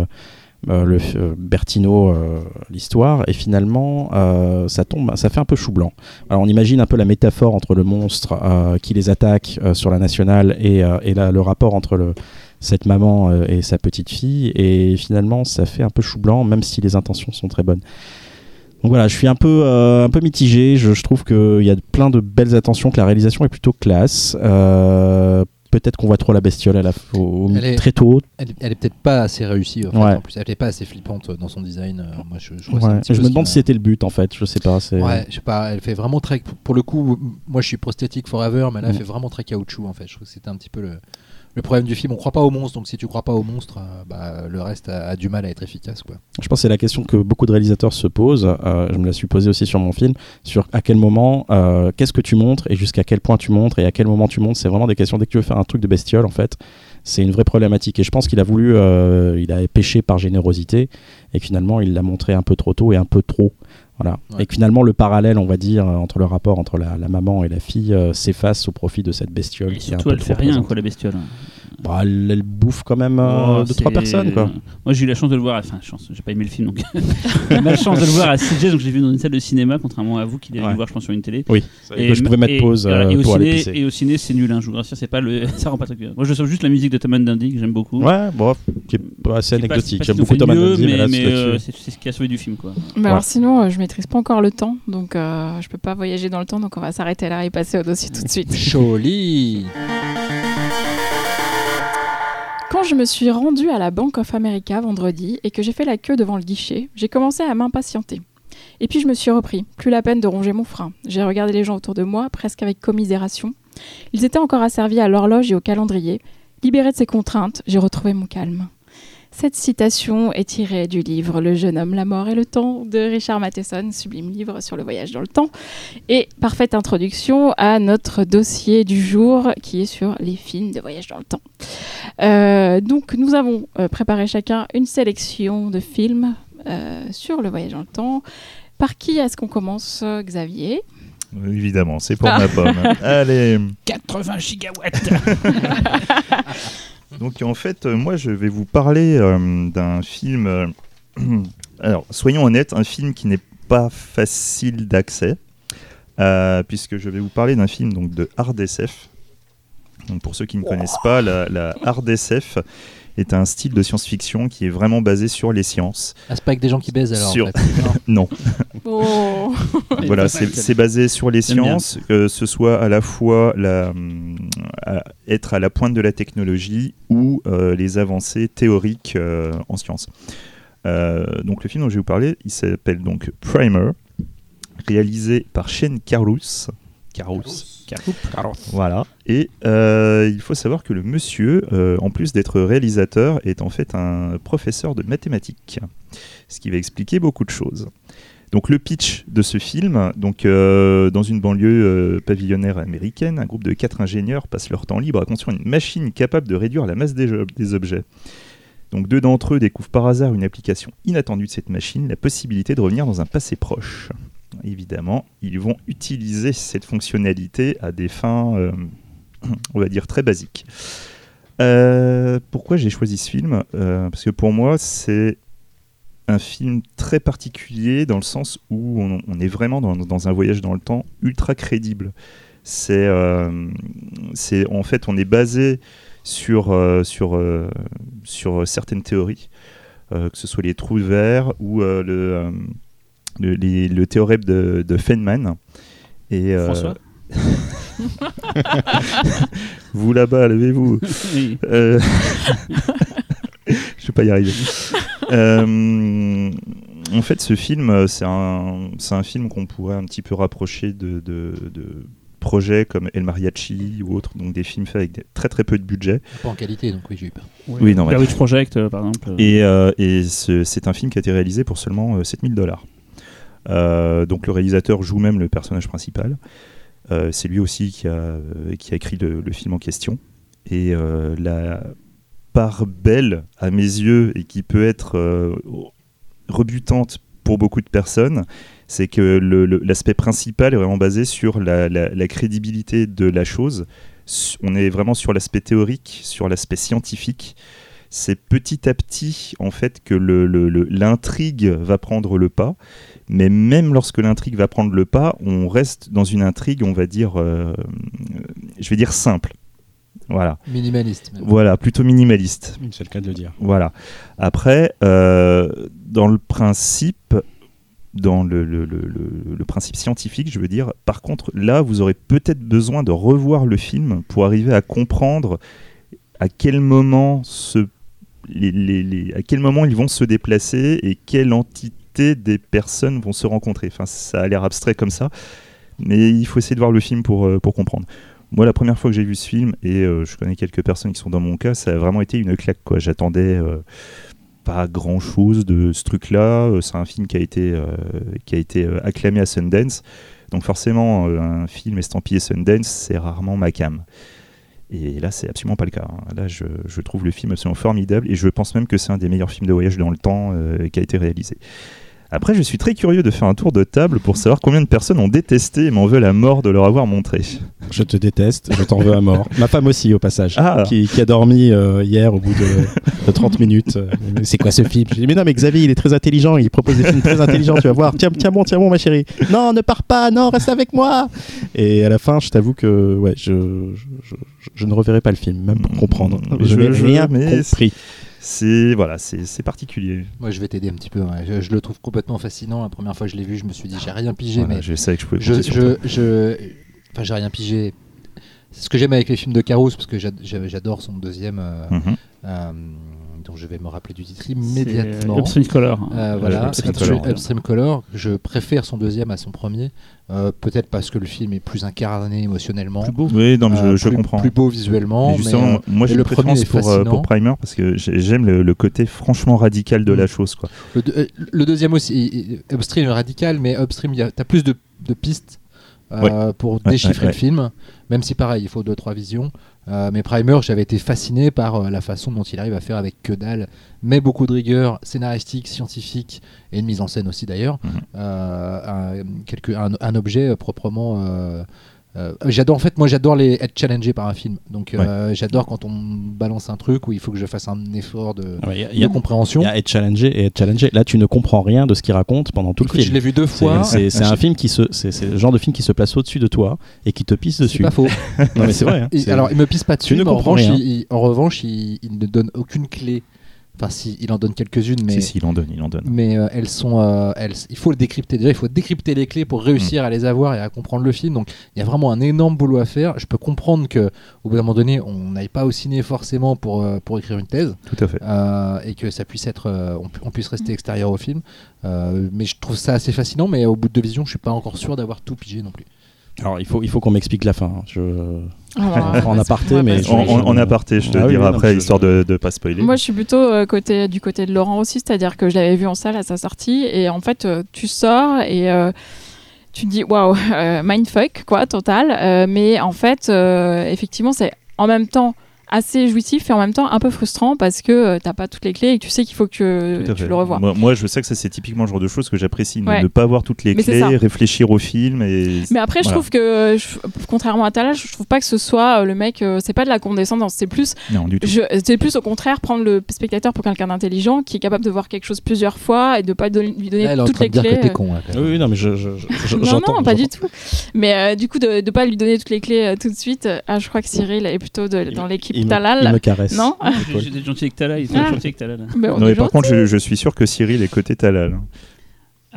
Bertino l'histoire, et finalement ça fait un peu chou blanc. Alors on imagine un peu la métaphore entre le monstre qui les attaque sur la nationale et le rapport entre cette maman et sa petite fille, et finalement ça fait un peu chou blanc, même si les intentions sont très bonnes. Donc voilà, je suis un peu mitigé. Je trouve qu'il y a plein de belles attentions, que la réalisation est plutôt classe. Peut-être qu'on voit trop la bestiole très tôt. Elle est peut-être pas assez réussie. En plus, elle n'est pas assez flippante dans son design. Moi, je me demande si c'était le but en fait. Je sais pas. Ouais, je sais pas. Elle fait vraiment très. Pour le coup, moi, je suis prosthétique forever, mais là, elle fait vraiment très caoutchouc en fait. Je trouve que c'était un petit peu le problème du film. On croit pas aux monstres, donc si tu crois pas aux monstres, le reste a du mal à être efficace, quoi. Je pense que c'est la question que beaucoup de réalisateurs se posent. Je me la suis posée aussi sur mon film, sur à quel moment, qu'est-ce que tu montres et jusqu'à quel point tu montres et à quel moment tu montres. C'est vraiment des questions. Dès que tu veux faire un truc de bestiole, en fait, c'est une vraie problématique. Et je pense qu'il a voulu, il a péché par générosité et que finalement il l'a montré un peu trop tôt et un peu trop. Voilà. Ouais. Et que finalement le parallèle, on va dire, entre le rapport entre la maman et la fille s'efface au profit de cette bestiole. Et surtout, elle fait rien, quoi, la bestiole. Bah, elle bouffe quand même 2-3 personnes, quoi. Moi, j'ai eu la chance de le voir. Enfin, j'ai pas aimé le film, donc j'ai eu la chance de le voir à CJ, donc j'ai vu dans une salle de cinéma, contrairement à vous qui l'avez vu voir, je pense, sur une télé. Oui. Et je pouvais mettre pause pour aller pisser. Et au ciné, c'est nul. Je vous rassure, ça rend pas très bien. Moi, je sens juste la musique de Tom Dundee que j'aime beaucoup. Ouais, bon, qui est assez anecdotique. J'aime beaucoup Tom Dundee, mais c'est ce qui a sauvé du film, quoi. Alors sinon, je maîtrise pas encore le temps, donc je peux pas voyager dans le temps, donc on va s'arrêter là et passer au dossier tout de suite. Joli. Quand je me suis rendue à la Bank of America vendredi et que j'ai fait la queue devant le guichet, j'ai commencé à m'impatienter. Et puis je me suis repris, plus la peine de ronger mon frein. J'ai regardé les gens autour de moi, presque avec commisération. Ils étaient encore asservis à l'horloge et au calendrier. Libérés de ces contraintes, j'ai retrouvé mon calme. Cette citation est tirée du livre « Le jeune homme, la mort et le temps » de Richard Matheson, sublime livre sur le voyage dans le temps, et parfaite introduction à notre dossier du jour qui est sur les films de voyage dans le temps. Donc nous avons préparé chacun une sélection de films sur le voyage dans le temps. Par qui est-ce qu'on commence, Xavier ? Évidemment, c'est pour ma pomme. Allez. 80 gigawatts. Donc en fait, moi je vais vous parler d'un film, alors soyons honnêtes, un film qui n'est pas facile d'accès, puisque je vais vous parler d'un film donc, de hard SF. Donc, pour ceux qui ne connaissent pas, la hard SF est un style de science-fiction qui est vraiment basé sur les sciences. Ah, c'est pas avec des gens qui baisent alors en fait. Non. Oh. Voilà, c'est basé sur les sciences, que ce soit à la fois être à la pointe de la technologie ou les avancées théoriques en sciences. Donc le film dont je vais vous parler, il s'appelle donc Primer, réalisé par Shane Carruth. Voilà. Et il faut savoir que le monsieur, en plus d'être réalisateur, est en fait un professeur de mathématiques, ce qui va expliquer beaucoup de choses. Donc le pitch de ce film, donc dans une banlieue pavillonnaire américaine, un groupe de 4 ingénieurs passent leur temps libre à construire une machine capable de réduire la masse des objets. Donc 2 d'entre eux découvrent par hasard une application inattendue de cette machine, la possibilité de revenir dans un passé proche. Évidemment, ils vont utiliser cette fonctionnalité à des fins, on va dire, très basiques. Pourquoi j'ai choisi ce film ? Parce que pour moi, c'est un film très particulier dans le sens où on est vraiment dans un voyage dans le temps ultra crédible. En fait, on est basé sur certaines théories, que ce soit les trous verts ou le théorème de Feynman. Et, François vous là-bas, levez-vous. Oui. Je vais pas y arriver. En fait, ce film, c'est un film qu'on pourrait un petit peu rapprocher de projets comme El Mariachi ou autres, donc des films faits avec très très peu de budget. Pas en qualité, donc oui, j'ai eu peur. Oui, non, Blair Witch Project, par exemple. Et c'est un film qui a été réalisé pour seulement $7 000. Donc le réalisateur joue même le personnage principal. C'est lui aussi qui a écrit le film en question. Et la part belle à mes yeux et qui peut être rebutante pour beaucoup de personnes, c'est que l'aspect principal est vraiment basé sur la crédibilité de la chose. On est vraiment sur l'aspect théorique, sur l'aspect scientifique. C'est petit à petit en fait que l'intrigue va prendre le pas, mais même lorsque l'intrigue va prendre le pas, on reste dans une intrigue, on va dire, je vais dire simple. Voilà. Minimaliste. Même. Voilà, plutôt minimaliste. C'est le cas de le dire. Voilà. Après, dans le principe, dans le principe scientifique, je veux dire, par contre, là, vous aurez peut-être besoin de revoir le film pour arriver à comprendre à quel moment à quel moment ils vont se déplacer et quelle entité des personnes vont se rencontrer. Enfin, ça a l'air abstrait comme ça, mais il faut essayer de voir le film pour comprendre. Moi, la première fois que j'ai vu ce film, et je connais quelques personnes qui sont dans mon cas, ça a vraiment été une claque, quoi. J'attendais pas grand-chose de ce truc-là. C'est un film qui a été acclamé à Sundance. Donc forcément, un film estampillé Sundance, c'est rarement ma came. Et là, c'est absolument pas le cas. Là, je trouve le film absolument formidable, et je pense même que c'est un des meilleurs films de voyage dans le temps qui a été réalisé. Après, je suis très curieux de faire un tour de table pour savoir combien de personnes ont détesté et m'en veulent à mort de leur avoir montré. Je te déteste, je t'en veux à mort. Ma femme aussi, au passage, qui a dormi hier au bout de 30 minutes. C'est quoi ce film? J'ai dit, mais non, mais Xavier, il est très intelligent, il propose des films très intelligents, tu vas voir. Tiens bon, ma chérie. Non, ne pars pas, non, reste avec moi. Et à la fin, je t'avoue que ouais, je ne reverrai pas le film, même pour comprendre. Je n'ai rien compris. C'est particulier. Moi, je vais t'aider un petit peu. Ouais. Je le trouve complètement fascinant. La première fois que je l'ai vu, je me suis dit, j'ai rien pigé. Voilà, mais je savais que je pouvais compter sur toi. Enfin, j'ai rien pigé. C'est ce que j'aime avec les films de Caruso, parce que j'adore son deuxième, dont je vais me rappeler du titre immédiatement. Upstream Color. Voilà, Upstream Color. Je préfère son deuxième à son premier. Peut-être parce que le film est plus incarné émotionnellement. Plus beau. Oui, non, mais je comprends. Plus beau visuellement. Mais justement, moi j'ai une préférence pour Primer parce que j'aime le côté franchement radical de la chose, quoi. Le deuxième aussi, Upstream radical, mais Upstream, t'as plus de pistes pour déchiffrer le film, même si pareil, il faut 2-3 visions. Mais Primer, j'avais été fasciné par la façon dont il arrive à faire avec que dalle, mais beaucoup de rigueur scénaristique, scientifique et une mise en scène aussi d'ailleurs, un objet proprement. J'adore être challengé par un film, donc j'adore quand on balance un truc où il faut que je fasse un effort de compréhension. Il y a être challengé. Là, tu ne comprends rien de ce qu'il raconte pendant tout le film. Je l'ai vu 2 fois. C'est un film c'est le genre de film qui se place au-dessus de toi et qui te pisse dessus. C'est pas faux. Non mais c'est vrai. Hein, alors il me pisse pas dessus. Tu ne comprends rien. En revanche, il ne donne aucune clé. Enfin, si, il en donne quelques-unes, mais il en donne. Mais elles sont, il faut le décrypter. Déjà, il faut décrypter les clés pour réussir à les avoir et à comprendre le film. Donc, il y a vraiment un énorme boulot à faire. Je peux comprendre que, au bout d'un moment donné, on n'aille pas au ciné forcément pour écrire une thèse. Tout à fait. Et que ça puisse être, on puisse rester extérieur au film. Mais je trouve ça assez fascinant. Mais au bout de 2 visions, je suis pas encore sûr d'avoir tout pigé non plus. Alors, il faut qu'on m'explique la fin. En aparté, mais en aparté, je te dirai après, histoire de ne pas spoiler. Moi, je suis plutôt du côté de Laurent aussi, c'est-à-dire que je l'avais vu en salle à sa sortie, et en fait, tu sors et tu te dis waouh, mindfuck, quoi, total. Mais en fait, effectivement, c'est en même temps assez jouissif et en même temps un peu frustrant parce que t'as pas toutes les clés et que tu sais qu'il faut que tu le revoies. Moi, je sais que ça, c'est typiquement le genre de choses que j'apprécie, ne pas avoir toutes les clés, réfléchir au film. Mais après, je trouve que, contrairement à Talal, je trouve pas que ce soit le mec, c'est pas de la condescendance, c'est plus, c'est plus au contraire prendre le spectateur pour quelqu'un d'intelligent qui est capable de voir quelque chose plusieurs fois et de pas lui donner toutes les clés. Que t'es con, là, oui, non, mais non, pas du tout. Mais du coup, de pas lui donner toutes les clés tout de suite, je crois que Cyril est plutôt dans l'équipe Talal. Il me caresse. Non. J'étais gentil avec Talal, il était gentil avec Talal. Mais par contre, je suis sûr que Cyril est côté Talal.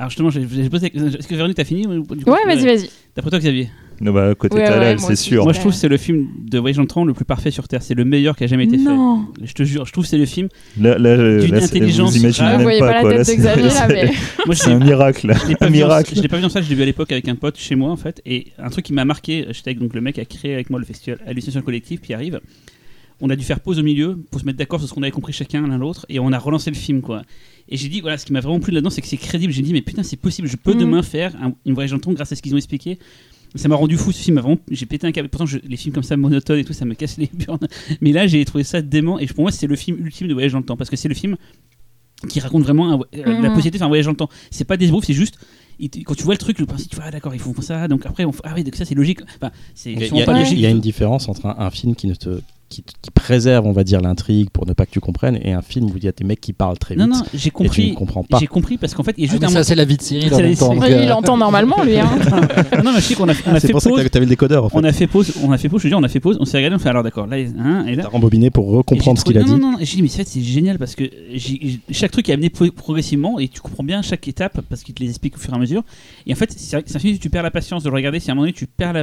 Alors justement, j'ai posé. Est-ce que Véronique t'as fini ou, du coup, Ouais, vas-y. D'après toi, Xavier? Non, bah, côté Talal, c'est sûr. Moi, je trouve que c'est le film de Voyage dans le temps le plus parfait sur Terre. C'est le meilleur qui a jamais été fait. Je te jure, je trouve que c'est le film d'une intelligence. Vous imaginez même pas la tête de Xavier là, mais moi, c'est un miracle. Un miracle. Je l'ai pas vu dans ça. Je l'ai vu à l'époque avec un pote chez moi en fait. Et un truc qui m'a marqué, j'étais avec donc le mec qui a créé avec moi le festival Hallucination Collective, qui arrive. On a dû faire pause au milieu pour se mettre d'accord sur ce qu'on avait compris chacun l'un l'autre, et on a relancé le film quoi. Et j'ai dit voilà, ce qui m'a vraiment plu là-dedans, c'est que c'est crédible. J'ai dit mais putain, c'est possible, je peux demain faire une Voyage dans le temps grâce à ce qu'ils ont expliqué. Ça m'a rendu fou ce film, j'ai pété un câble. Pourtant les films comme ça monotones et tout, ça me casse les burnes. Mais là j'ai trouvé ça dément, et pour moi c'est le film ultime de Voyage dans le temps, parce que c'est le film qui raconte vraiment la possibilité de faire un voyage dans le temps. C'est pas des esbroufs, c'est juste quand tu vois le truc, le principe, tu vois d'accord, ils font ça, donc après ah oui, donc ça c'est logique. Enfin, c'est pas logique. Il y a une différence entre un film qui préserve, on va dire, l'intrigue pour ne pas que tu comprennes, et un film où il y a des mecs qui parlent très vite. Non, j'ai compris. Et tu ne comprends pas. J'ai compris parce qu'en fait, il y a juste ça c'est la vie de Cyril. Il entend normalement lui. Non, mais je sais qu'on a fait pause. C'est pour ça que t'avais le décodeur. En fait. On a fait pause. Je veux dire, on a fait pause. On s'est regardé. On fait alors d'accord. Là, et là. T'as rembobiné pour recomprendre ce qu'il a dit. Non. Et j'ai dit mais en fait c'est génial parce que chaque truc est amené progressivement et tu comprends bien chaque étape parce qu'il te les explique au fur et à mesure. Et en fait, c'est un film où tu perds la patience de le regarder. Si à un moment donné tu perds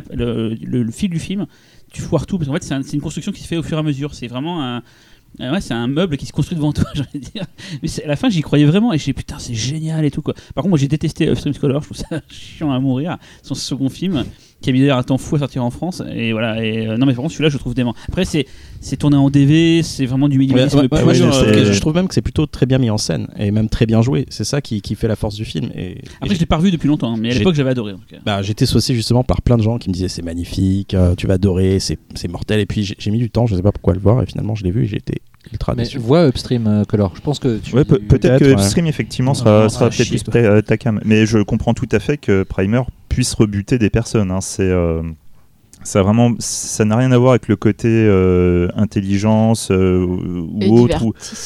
le fil du film, tu foires tout parce qu'en fait c'est une construction qui se fait au fur et à mesure. C'est vraiment c'est un meuble qui se construit devant toi, j'allais dire. Mais à la fin, j'y croyais vraiment et j'ai dit putain, c'est génial et tout quoi. Par contre, moi j'ai détesté Upstream Scholar, je trouve ça chiant à mourir. Son second film qui a mis d'ailleurs un temps fou à sortir en France et voilà. Non mais par contre, celui-là, je le trouve dément. Après, c'est tourné en DV, c'est vraiment du minimalisme. Je trouve même que c'est plutôt très bien mis en scène et même très bien joué. C'est ça qui fait la force du film. Après, je l'ai pas revu depuis longtemps, mais à l'époque, j'avais adoré. En tout cas. J'étais saucé justement par plein de gens qui me disaient c'est magnifique, tu vas adorer, c'est mortel. Et puis j'ai mis du temps, je sais pas pourquoi le voir et finalement je l'ai vu et j'ai été ultra déçu. Mais vois Upstream Color, je pense que peut-être que Upstream effectivement sera peut-être plus près ta cam. Mais je comprends tout à fait que Primer puisse rebuter des personnes. Ça n'a rien à voir avec le côté intelligence ou autre.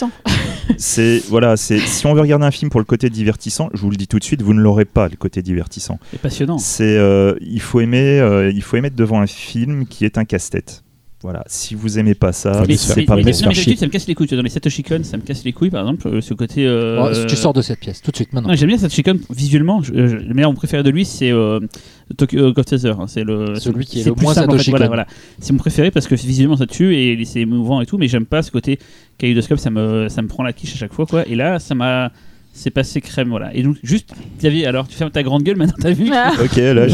Si on veut regarder un film pour le côté divertissant, je vous le dis tout de suite, vous ne l'aurez pas le côté divertissant. C'est passionnant. Il faut aimer devant un film qui est un casse-tête. Voilà, si vous aimez pas ça, c'est pas le ça me casse les couilles. Dans les Satoshi Kon, ça me casse les couilles, par exemple, ce côté. Tu sors de cette pièce tout de suite maintenant. Non, j'aime bien Satoshi Kon visuellement. Le meilleur préféré de lui, c'est Tokyo Godfather. C'est celui qui est le moins Satoshi Kon. Voilà. C'est mon préféré parce que visuellement ça tue et c'est émouvant et tout, mais j'aime pas ce côté kaléidoscope. Ça me prend la quiche à chaque fois, quoi. Et là, c'est passé crème, voilà. Et donc, juste, Xavier, alors tu fermes ta grande gueule maintenant, t'as vu Ok, là,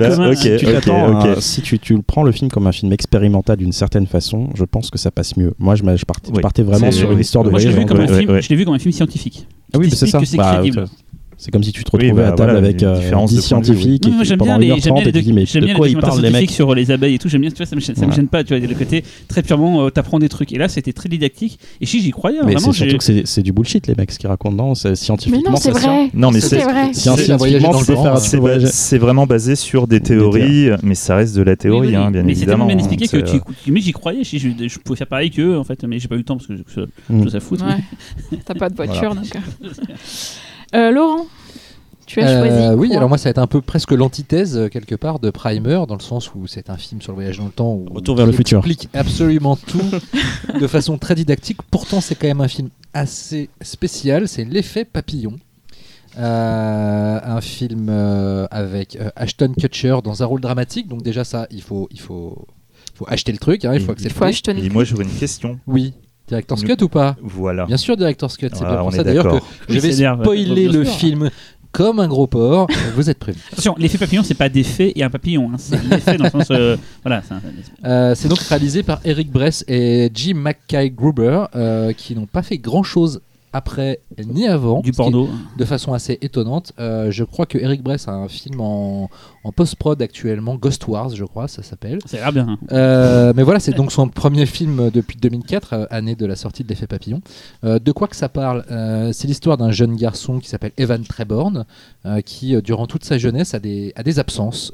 si tu prends le film comme un film expérimental d'une certaine façon, je pense que ça passe mieux. Moi, je partais vraiment sur une histoire de voyage. Je l'ai vu comme un film scientifique. Ah oui, c'est ça. C'est crédible. C'est comme si tu te retrouvais à table avec 10 scientifiques et pendant 1h30 et tu dis mais de quoi ils parlent les mecs sur les abeilles et tout, j'aime bien, tu vois, ça me gêne pas, tu vois, le côté très purement t'apprends des trucs et là c'était très didactique et j'y croyais mais vraiment. C'est surtout que c'est du bullshit les mecs ce qu'ils racontent dedans, scientifiquement. Mais non, c'est vrai. Non mais c'est vrai. C'est vraiment basé sur des théories, mais ça reste de la théorie bien évidemment. Mais c'est tellement bien expliqué que j'y croyais, je pouvais faire pareil qu'eux en fait, mais j'ai pas eu le temps parce que je ça fout. T'as pas de voiture donc. Laurent, tu as choisi oui, alors moi ça va être un peu presque l'antithèse quelque part de Primer, dans le sens où c'est un film sur le voyage dans le temps où Retour vers le futur explique absolument tout de façon très didactique. Pourtant c'est quand même un film assez spécial, c'est L'effet papillon. Un film avec Ashton Kutcher dans un rôle dramatique, donc déjà ça il faut acheter le truc, il faut accepter. Et moi j'aurais une question. Oui. Director's Cut ou pas ? Voilà. Bien sûr, Director's Cut. C'est bien pour ça d'ailleurs que je vais spoiler le film comme un gros porc. Vous êtes prévenus. Attention, l'effet papillon, c'est pas des faits et un papillon. C'est l'effet dans le sens. Voilà. C'est donc réalisé par Eric Bress et Jim McKay Gruber, qui n'ont pas fait grand-chose après ni avant, du porno de façon assez étonnante. Je crois que Eric Bress a un film en post-prod actuellement, Ghost Wars je crois ça s'appelle. Ça a l'air bien. Mais voilà, c'est donc son premier film depuis 2004, année de la sortie de L'effet papillon. De quoi que ça parle, c'est l'histoire d'un jeune garçon qui s'appelle Evan Treborn, qui durant toute sa jeunesse a des absences.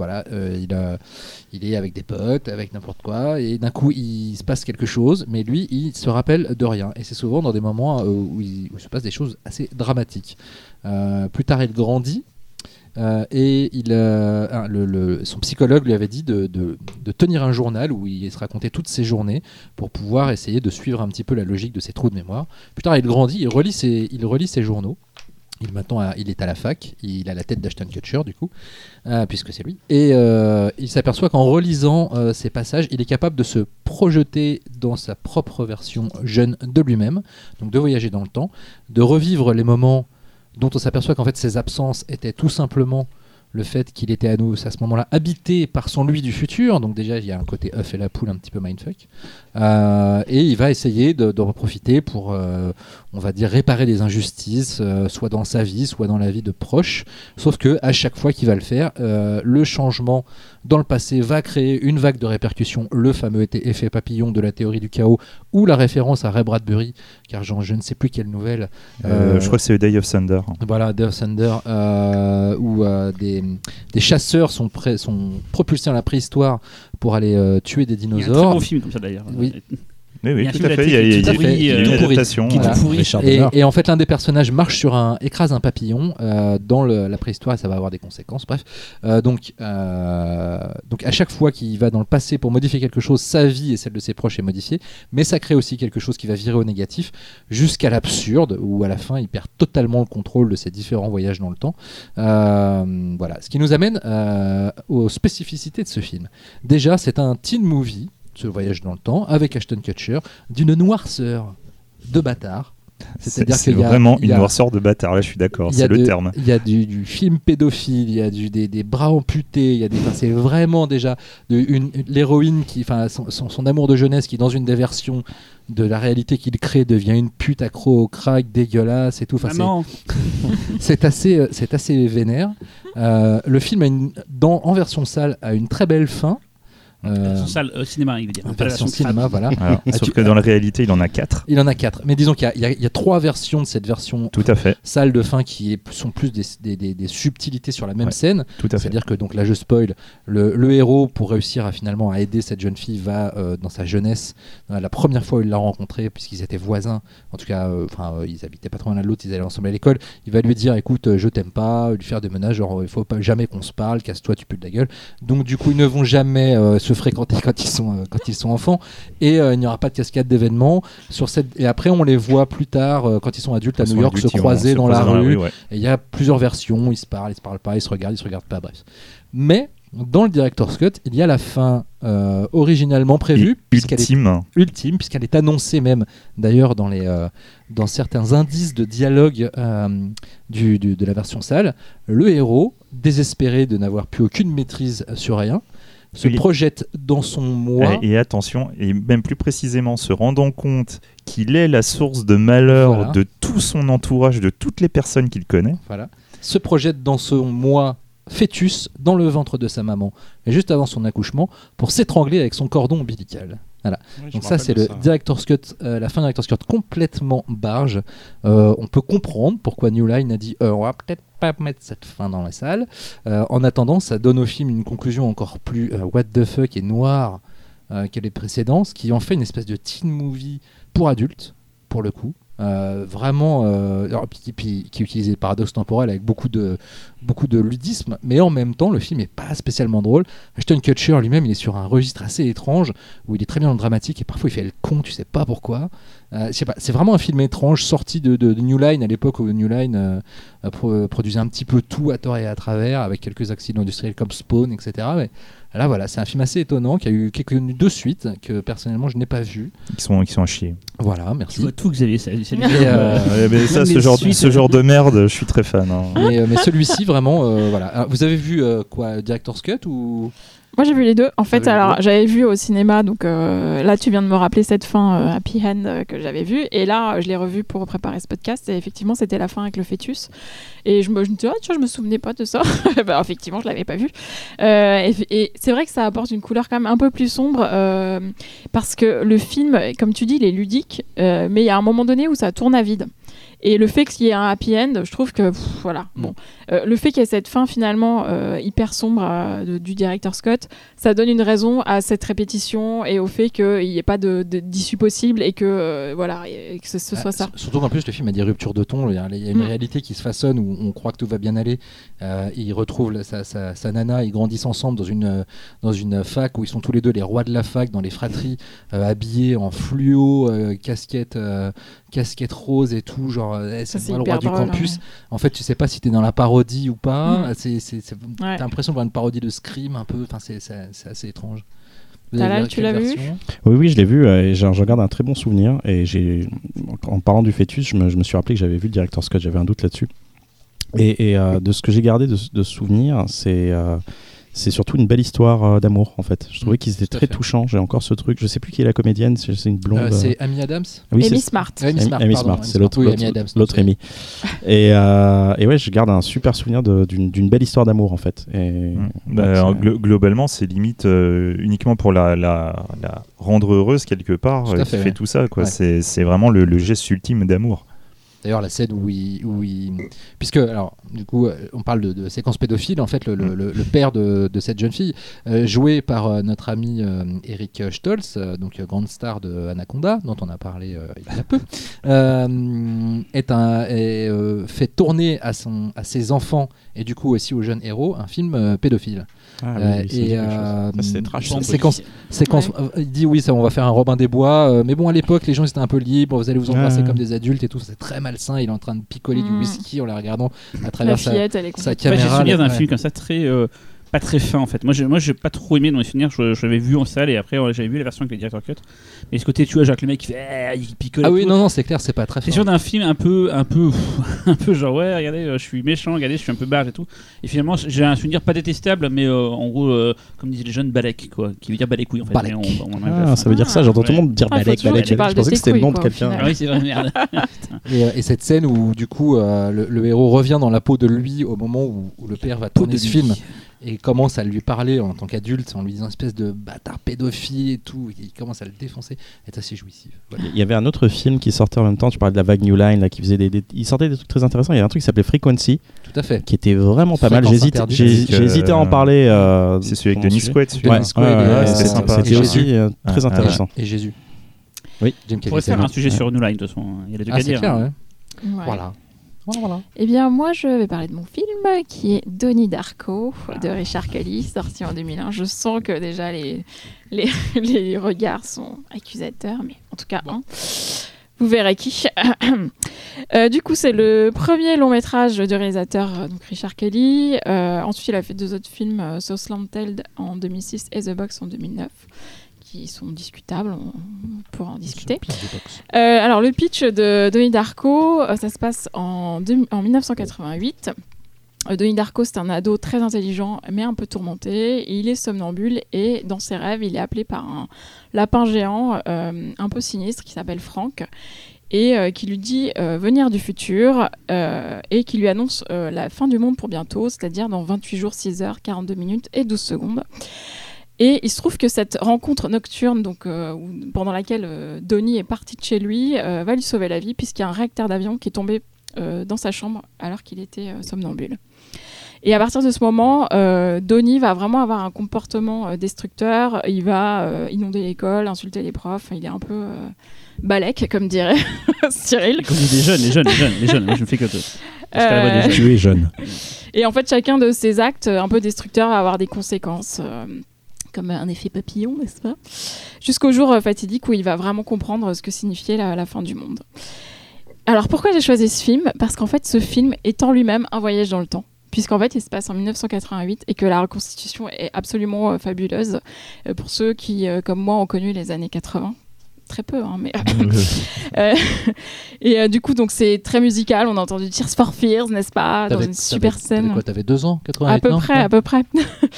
Il est avec des potes, avec n'importe quoi, et d'un coup il se passe quelque chose, mais lui il se rappelle de rien, et c'est souvent dans des moments où il se passe des choses assez dramatiques. Plus tard il grandit, et son psychologue lui avait dit de tenir un journal où il se racontait toutes ses journées pour pouvoir essayer de suivre un petit peu la logique de ses trous de mémoire. Plus tard il grandit, il relit ses journaux. Il est à la fac, il a la tête d'Ashton Kutcher du coup, puisque c'est lui. Et il s'aperçoit qu'en relisant ces passages, il est capable de se projeter dans sa propre version jeune de lui-même, donc de voyager dans le temps, de revivre les moments dont on s'aperçoit qu'en fait ses absences étaient tout simplement le fait qu'il était à ce moment-là habité par son lui du futur, donc déjà il y a un côté œuf et la poule un petit peu mindfuck, et il va essayer d'en profiter pour, on va dire, réparer des injustices, soit dans sa vie, soit dans la vie de proches, sauf que à chaque fois qu'il va le faire, le changement dans le passé va créer une vague de répercussions, le fameux effet papillon de la théorie du chaos, ou la référence à Ray Bradbury, car je ne sais plus quelle nouvelle. Je crois que c'est Day of Thunder. Voilà, Day of Thunder, où des chasseurs sont propulsés dans la préhistoire pour aller tuer des dinosaures. Il y a un très bon film comme ça d'ailleurs. Oui. Oui, tout à fait. Il y a une adaptation. Et en fait, l'un des personnages écrase un papillon dans la préhistoire et ça va avoir des conséquences. Bref, donc à chaque fois qu'il va dans le passé pour modifier quelque chose, sa vie et celle de ses proches est modifiée, mais ça crée aussi quelque chose qui va virer au négatif jusqu'à l'absurde où à la fin il perd totalement le contrôle de ses différents voyages dans le temps. Voilà, ce qui nous amène aux spécificités de ce film. Déjà, c'est un teen movie, ce voyage dans le temps, avec Ashton Kutcher, d'une noirceur de bâtard. C'est vraiment une noirceur de bâtard, là je suis d'accord, c'est le terme. Il y a du film pédophile, il y a des bras amputés, c'est vraiment déjà l'héroïne, son amour de jeunesse qui, dans une des versions de la réalité qu'il crée, devient une pute accro au crack, dégueulasse et tout. C'est assez vénère. Le film, en version sale, a une très belle fin. Salle cinéma, il veut dire. Version cinéma, voilà. Alors, sauf que dans la réalité, il en a 4. Il en a 4. Mais disons qu'il y a 3 versions de cette version tout à fait. Salle de fin qui sont plus des subtilités sur la même scène. Tout à fait. C'est-à-dire que, donc là je spoil, le héros, pour réussir à aider cette jeune fille, va dans sa jeunesse, la première fois où il l'a rencontrée, puisqu'ils étaient voisins, en tout cas, ils habitaient pas trop l'un de l'autre, ils allaient ensemble à l'école, il va lui dire écoute, je t'aime pas, lui faire des menaces, genre il faut pas jamais qu'on se parle, casse-toi, tu pues de la gueule. Donc du coup, ils ne vont jamais se fréquenter quand ils sont enfants, et il n'y aura pas de cascade d'événements et après on les voit plus tard quand ils sont adultes à New York se croiser dans la rue, ouais. Et il y a plusieurs versions, ils se parlent pas, ils se regardent pas, bref. Mais dans le Director's Cut, il y a la fin originellement prévue, ultime, puisqu'elle est annoncée même d'ailleurs dans certains indices de dialogue de la version sale. Le héros, désespéré de n'avoir plus aucune maîtrise sur rien, se projette dans son moi. Et attention, et même plus précisément, se rendant compte qu'il est la source de malheur de tout son entourage, de toutes les personnes qu'il connaît. Voilà. Se projette dans son moi fœtus, dans le ventre de sa maman, et juste avant son accouchement, pour s'étrangler avec son cordon ombilical. Voilà. Oui, donc ça, c'est le Director's Cut, la fin Director's Cut complètement barge. On peut comprendre pourquoi New Line a dit on va peut-être pas mettre cette fin dans la salle. En attendant, ça donne au film une conclusion encore plus what the fuck et noire que les précédents, ce qui en fait une espèce de teen movie pour adultes, pour le coup. Vraiment qui utilise les paradoxes temporels avec beaucoup de ludisme, mais en même temps le film est pas spécialement drôle. Ashton Kutcher lui-même, il est sur un registre assez étrange où il est très bien dans le dramatique et parfois il fait le con, tu sais pas pourquoi. Je sais pas, c'est vraiment un film étrange sorti de New Line, à l'époque où New Line produisait un petit peu tout à tort et à travers, avec quelques accidents industriels comme Spawn, etc. Mais là voilà, c'est un film assez étonnant qui a eu deux suites que personnellement je n'ai pas vu. Qui sont à chier. Voilà, merci. Tu vois tout, Xavier. Mais ça, ce genre de merde, je suis très fan. Hein. Mais celui-ci vraiment, voilà. Alors, vous avez vu Director's Cut ou? Moi j'ai vu les deux. En fait, alors j'avais vu au cinéma, donc là tu viens de me rappeler cette fin Happy End que j'avais vue, et là je l'ai revue pour préparer ce podcast, et effectivement c'était la fin avec le fœtus. Et je me disais, je me souvenais pas de ça. Bah, effectivement, je l'avais pas vu. Et c'est vrai que ça apporte une couleur quand même un peu plus sombre, parce que le film, comme tu dis, il est ludique, mais il y a un moment donné où ça tourne à vide. Et le fait qu'il y ait un happy end, je trouve que voilà. Bon, le fait qu'il y ait cette fin finalement hyper sombre du Director's Cut, ça donne une raison à cette répétition et au fait qu'il n'y ait pas d'issue possible et que et que ce soit ça. Surtout qu'en plus le film a des ruptures de ton. Il y a une réalité qui se façonne où on croit que tout va bien aller. Il retrouve sa nana, ils grandissent ensemble dans une fac où ils sont tous les deux les rois de la fac, dans les fratries, habillés en fluo, casquette casquette rose et tout, genre c'est moi le roi du drôle, campus. ouais. En fait, tu sais pas si t'es dans la parodie ou pas. T'as Ouais. l'impression de voir une parodie de Scream un peu. Enfin, c'est assez étrange. Talal, tu l'as vu ? Oui, je l'ai vu et j'en garde un très bon souvenir. Et en parlant du fœtus, je me suis rappelé que j'avais vu le Director's Cut, j'avais un doute là-dessus. Et de ce que j'ai gardé de ce souvenir, c'est surtout une belle histoire d'amour en fait. Je trouvais qu'ils étaient très touchants. J'ai encore ce truc, je sais plus qui est la comédienne, c'est une blonde. C'est Amy Adams. Oui, Amy Smart. Amy Smart, c'est l'autre Amy. Et ouais, je garde un super souvenir d'une belle histoire d'amour en fait. Globalement, c'est limite uniquement pour la rendre heureuse quelque part qui fait tout ça, quoi. Ouais. C'est vraiment le geste ultime d'amour. D'ailleurs, la scène où il... Puisque, alors, du coup, on parle de séquence pédophile. En fait, le père de cette jeune fille, joué par notre ami Eric Stoltz, donc grande star de Anaconda, dont on a parlé il y a peu, fait tourner à ses enfants et du coup aussi aux jeunes héros un film pédophile. C'est trash. Séquence, il dit oui, ça, on va faire un Robin des Bois, mais bon, à l'époque, les gens étaient un peu libres, vous allez vous embrasser comme des adultes et tout, c'est très malsain. Il est en train de picoler du whisky en la regardant à travers sa caméra. J'ai souvenir d'un film comme ça très pas très fin en fait. Moi j'ai pas trop aimé dans les souvenirs. Je l'avais vu en salle et après j'avais vu la version avec les director's cut. Mais ce côté, tu vois, genre que le mec il picole. Ah oui, non, c'est clair, c'est pas très fin. C'est sûr d'un film un peu genre ouais, regardez, je suis méchant, regardez, je suis un peu barge et tout. Et finalement, j'ai un souvenir pas détestable, mais en gros, comme disent les jeunes, balèque quoi, qui veut dire balèque, oui en fait. Balèque. Ça veut dire ça. J'entends tout le monde dire balèque. Je pensais que c'était le nom de quelqu'un. Ah oui, c'est vrai, merde. Et cette scène où du coup le héros revient dans la peau de lui au moment où le père va tourner ce film. Et commence à lui parler en tant qu'adulte en lui disant espèce de bâtard pédophile et tout, et il commence à le défoncer, est assez jouissif. Voilà. Il y avait un autre film qui sortait en même temps, tu parlais de la vague New Line là, qui faisait il sortait des trucs très intéressants. Il y avait un truc qui s'appelait Frequency, tout à fait, qui était vraiment pas mal. J'ai hésité à en parler. C'est celui avec Denis Quaid. C'était sympa. C'était aussi très intéressant. Et Jésus. Oui. On pourrait faire un sujet sur New Line de toute façon. Il y a des trucs à dire. Clair, ouais. Voilà. Eh bien, moi, je vais parler de mon film qui est Donnie Darko de Richard Kelly, sorti en 2001. Je sens que déjà les regards sont accusateurs, mais en tout cas, vous verrez qui. Du coup, c'est le premier long métrage du réalisateur donc Richard Kelly. Ensuite, il a fait 2 autres films, Southland Tale en 2006 et The Box en 2009. Qui sont discutables, on pourra en discuter. Alors le pitch de Donnie Darko, ça se passe en 1988. Donnie Darko, c'est un ado très intelligent mais un peu tourmenté. Il est somnambule et dans ses rêves, il est appelé par un lapin géant un peu sinistre qui s'appelle Frank et qui lui dit venir du futur et qui lui annonce la fin du monde pour bientôt, c'est-à-dire dans 28 jours, 6 heures, 42 minutes et 12 secondes. Et il se trouve que cette rencontre nocturne, donc, pendant laquelle Donnie est parti de chez lui, va lui sauver la vie, puisqu'il y a un réacteur d'avion qui est tombé dans sa chambre alors qu'il était somnambule. Et à partir de ce moment, Donnie va vraiment avoir un comportement destructeur. Il va inonder l'école, insulter les profs. Il est un peu balèque, comme dirait Cyril. Comme dit les jeunes. Moi, je me fais que tu es jeune. Et en fait, chacun de ces actes un peu destructeurs va avoir des conséquences. Comme un effet papillon, n'est-ce pas ? Jusqu'au jour fatidique où il va vraiment comprendre ce que signifiait la fin du monde. Alors pourquoi j'ai choisi ce film ? Parce qu'en fait ce film est en lui-même un voyage dans le temps. Puisqu'en fait il se passe en 1988 et que la reconstitution est absolument fabuleuse. Pour ceux qui, comme moi, ont connu les années 80. Très peu, hein, mais... et du coup, donc, c'est très musical. On a entendu Tears for Fears, n'est-ce pas ? Dans une super scène. T'avais quoi ? T'avais 2 ans ? 88 à peu près.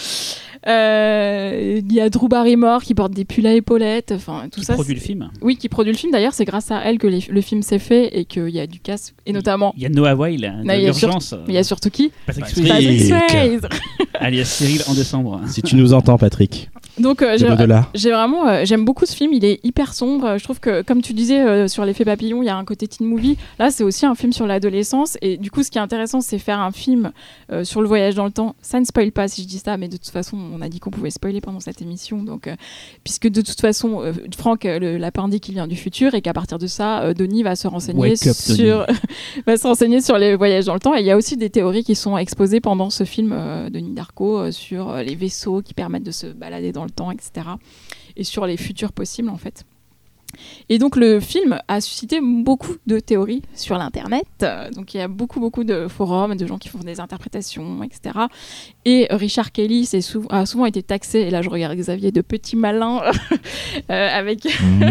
Il y a Drew Barrymore qui porte des pulls à épaulettes, enfin tout ça. Qui produit le film. Oui, qui produit le film. D'ailleurs, c'est grâce à elle que le film s'est fait et qu'il y a du cast et notamment. Il y a Noah Weil, d'urgence. Il y a surtout qui ? Patrick Swayze. Alias Cyril en décembre. Si tu nous entends, Patrick. Donc j'aime beaucoup ce film, il est hyper sombre. Je trouve que, comme tu disais sur l'effet papillon, il y a un côté teen movie. Là, c'est aussi un film sur l'adolescence. Et du coup, ce qui est intéressant, c'est faire un film sur le voyage dans le temps. Ça ne spoil pas si je dis ça, mais de toute façon, on a dit qu'on pouvait spoiler pendant cette émission. Donc, puisque de toute façon, Franck, le lapin dit qu'il vient du futur et qu'à partir de ça, Donnie va se renseigner sur les voyages dans le temps. Et il y a aussi des théories qui sont exposées pendant ce film de Donnie Darko sur les vaisseaux qui permettent de se balader dans le temps, etc. Et sur les futurs possibles, en fait. Et donc le film a suscité beaucoup de théories sur l'internet. Donc il y a beaucoup de forums, de gens qui font des interprétations, etc. Et Richard Kelly a souvent été taxé, et là je regarde Xavier, de petit malin avec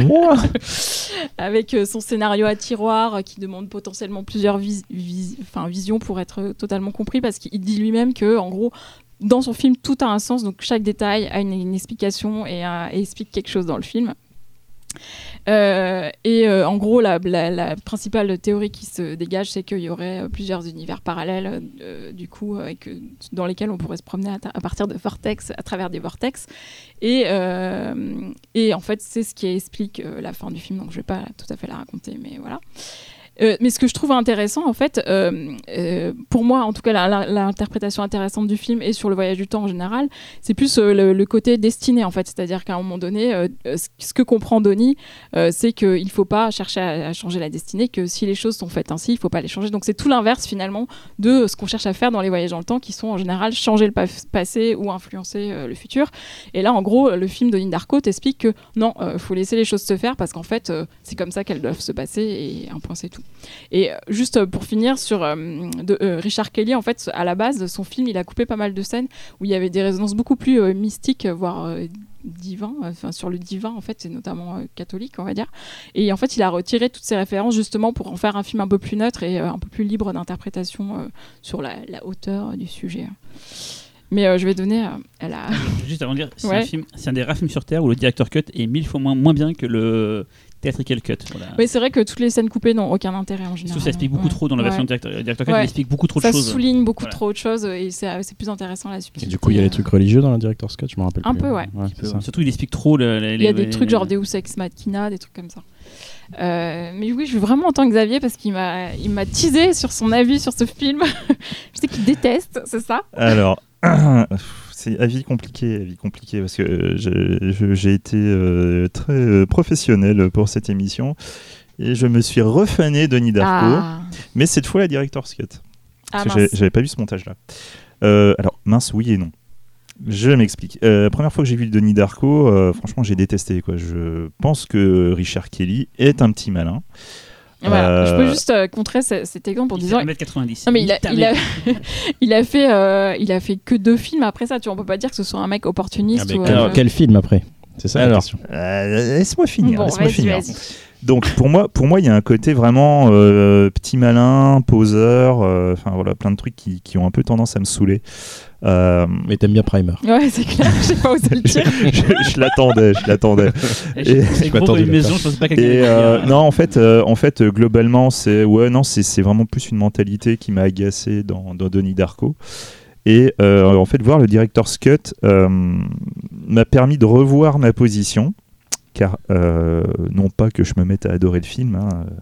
son scénario à tiroir qui demande potentiellement plusieurs visions pour être totalement compris, parce qu'il dit lui-même que en gros dans son film tout a un sens, donc chaque détail a une explication et explique quelque chose dans le film. En gros, la principale théorie qui se dégage, c'est qu'il y aurait plusieurs univers parallèles, du coup, dans lesquels on pourrait se promener à partir de vortex, à travers des vortex. Et en fait, c'est ce qui explique la fin du film, donc je ne vais pas tout à fait la raconter, mais voilà. Mais ce que je trouve intéressant, en fait, pour moi, en tout cas, l'interprétation intéressante du film et sur le voyage du temps en général, c'est plus le côté destiné, en fait. C'est-à-dire qu'à un moment donné, ce que comprend Donnie, c'est qu'il ne faut pas chercher à changer la destinée, que si les choses sont faites ainsi, il ne faut pas les changer. Donc c'est tout l'inverse, finalement, de ce qu'on cherche à faire dans les voyages dans le temps, qui sont en général changer le passé ou influencer le futur. Et là, en gros, le film de Donnie Darko t'explique que non, faut laisser les choses se faire, parce qu'en fait, c'est comme ça qu'elles doivent se passer, et un point, c'est tout. Et juste pour finir sur Richard Kelly, en fait, à la base, son film, il a coupé pas mal de scènes où il y avait des résonances beaucoup plus mystiques, voire divin, sur le divin, en fait, c'est notamment catholique, on va dire. Et en fait, il a retiré toutes ces références justement pour en faire un film un peu plus neutre et un peu plus libre d'interprétation sur la hauteur du sujet. Mais je vais donner Juste avant de dire, c'est un des rares films sur Terre où le director cut est 1000 fois moins bien que le theatrical cut. Voilà. Oui, c'est vrai que toutes les scènes coupées n'ont aucun intérêt en général. Ça explique beaucoup trop dans la version director cut, il explique beaucoup trop de choses. Ça souligne beaucoup trop de choses et c'est plus intéressant la subtilité. Et du coup, il y a les trucs religieux dans la director's cut, je me rappelle plus. Un peu, ouais. Surtout, il explique trop il y a des trucs genre Deus Ex Machina, des trucs comme ça. Mais oui, je veux vraiment entendre Xavier parce qu'il m'a teasé sur son avis sur ce film. Je sais qu'il déteste, c'est ça ? Alors, c'est avis compliqué parce que j'ai été très professionnel pour cette émission et je me suis refané Donnie Darko, mais cette fois la director's cut. Parce que j'avais pas vu ce montage-là. Alors, mince, oui et non. Je m'explique. Première fois que j'ai vu Donnie Darko, franchement, j'ai détesté, quoi. Je pense que Richard Kelly est un petit malin. Voilà. Je peux juste contrer cet exemple en disant 1m90. Non, mais il a fait que 2 films après ça, tu vois, on peut pas dire que ce soit un mec opportuniste. Quel film après ? C'est ça la question. Laisse-moi finir. Vas-y. Donc pour moi, il y a un côté vraiment petit malin, poseur, voilà, plein de trucs qui ont un peu tendance à me saouler. Mais t'aimes bien Primer. Ouais, c'est clair, je sais pas où le dire. je l'attendais. C'est gros pour une maison, je pense pas quelqu'un. Non, en fait, globalement, c'est vraiment plus une mentalité qui m'a agacé dans Donnie Darko. Et en fait, voir le director's cut m'a permis de revoir ma position. Car non pas que je me mette à adorer le film,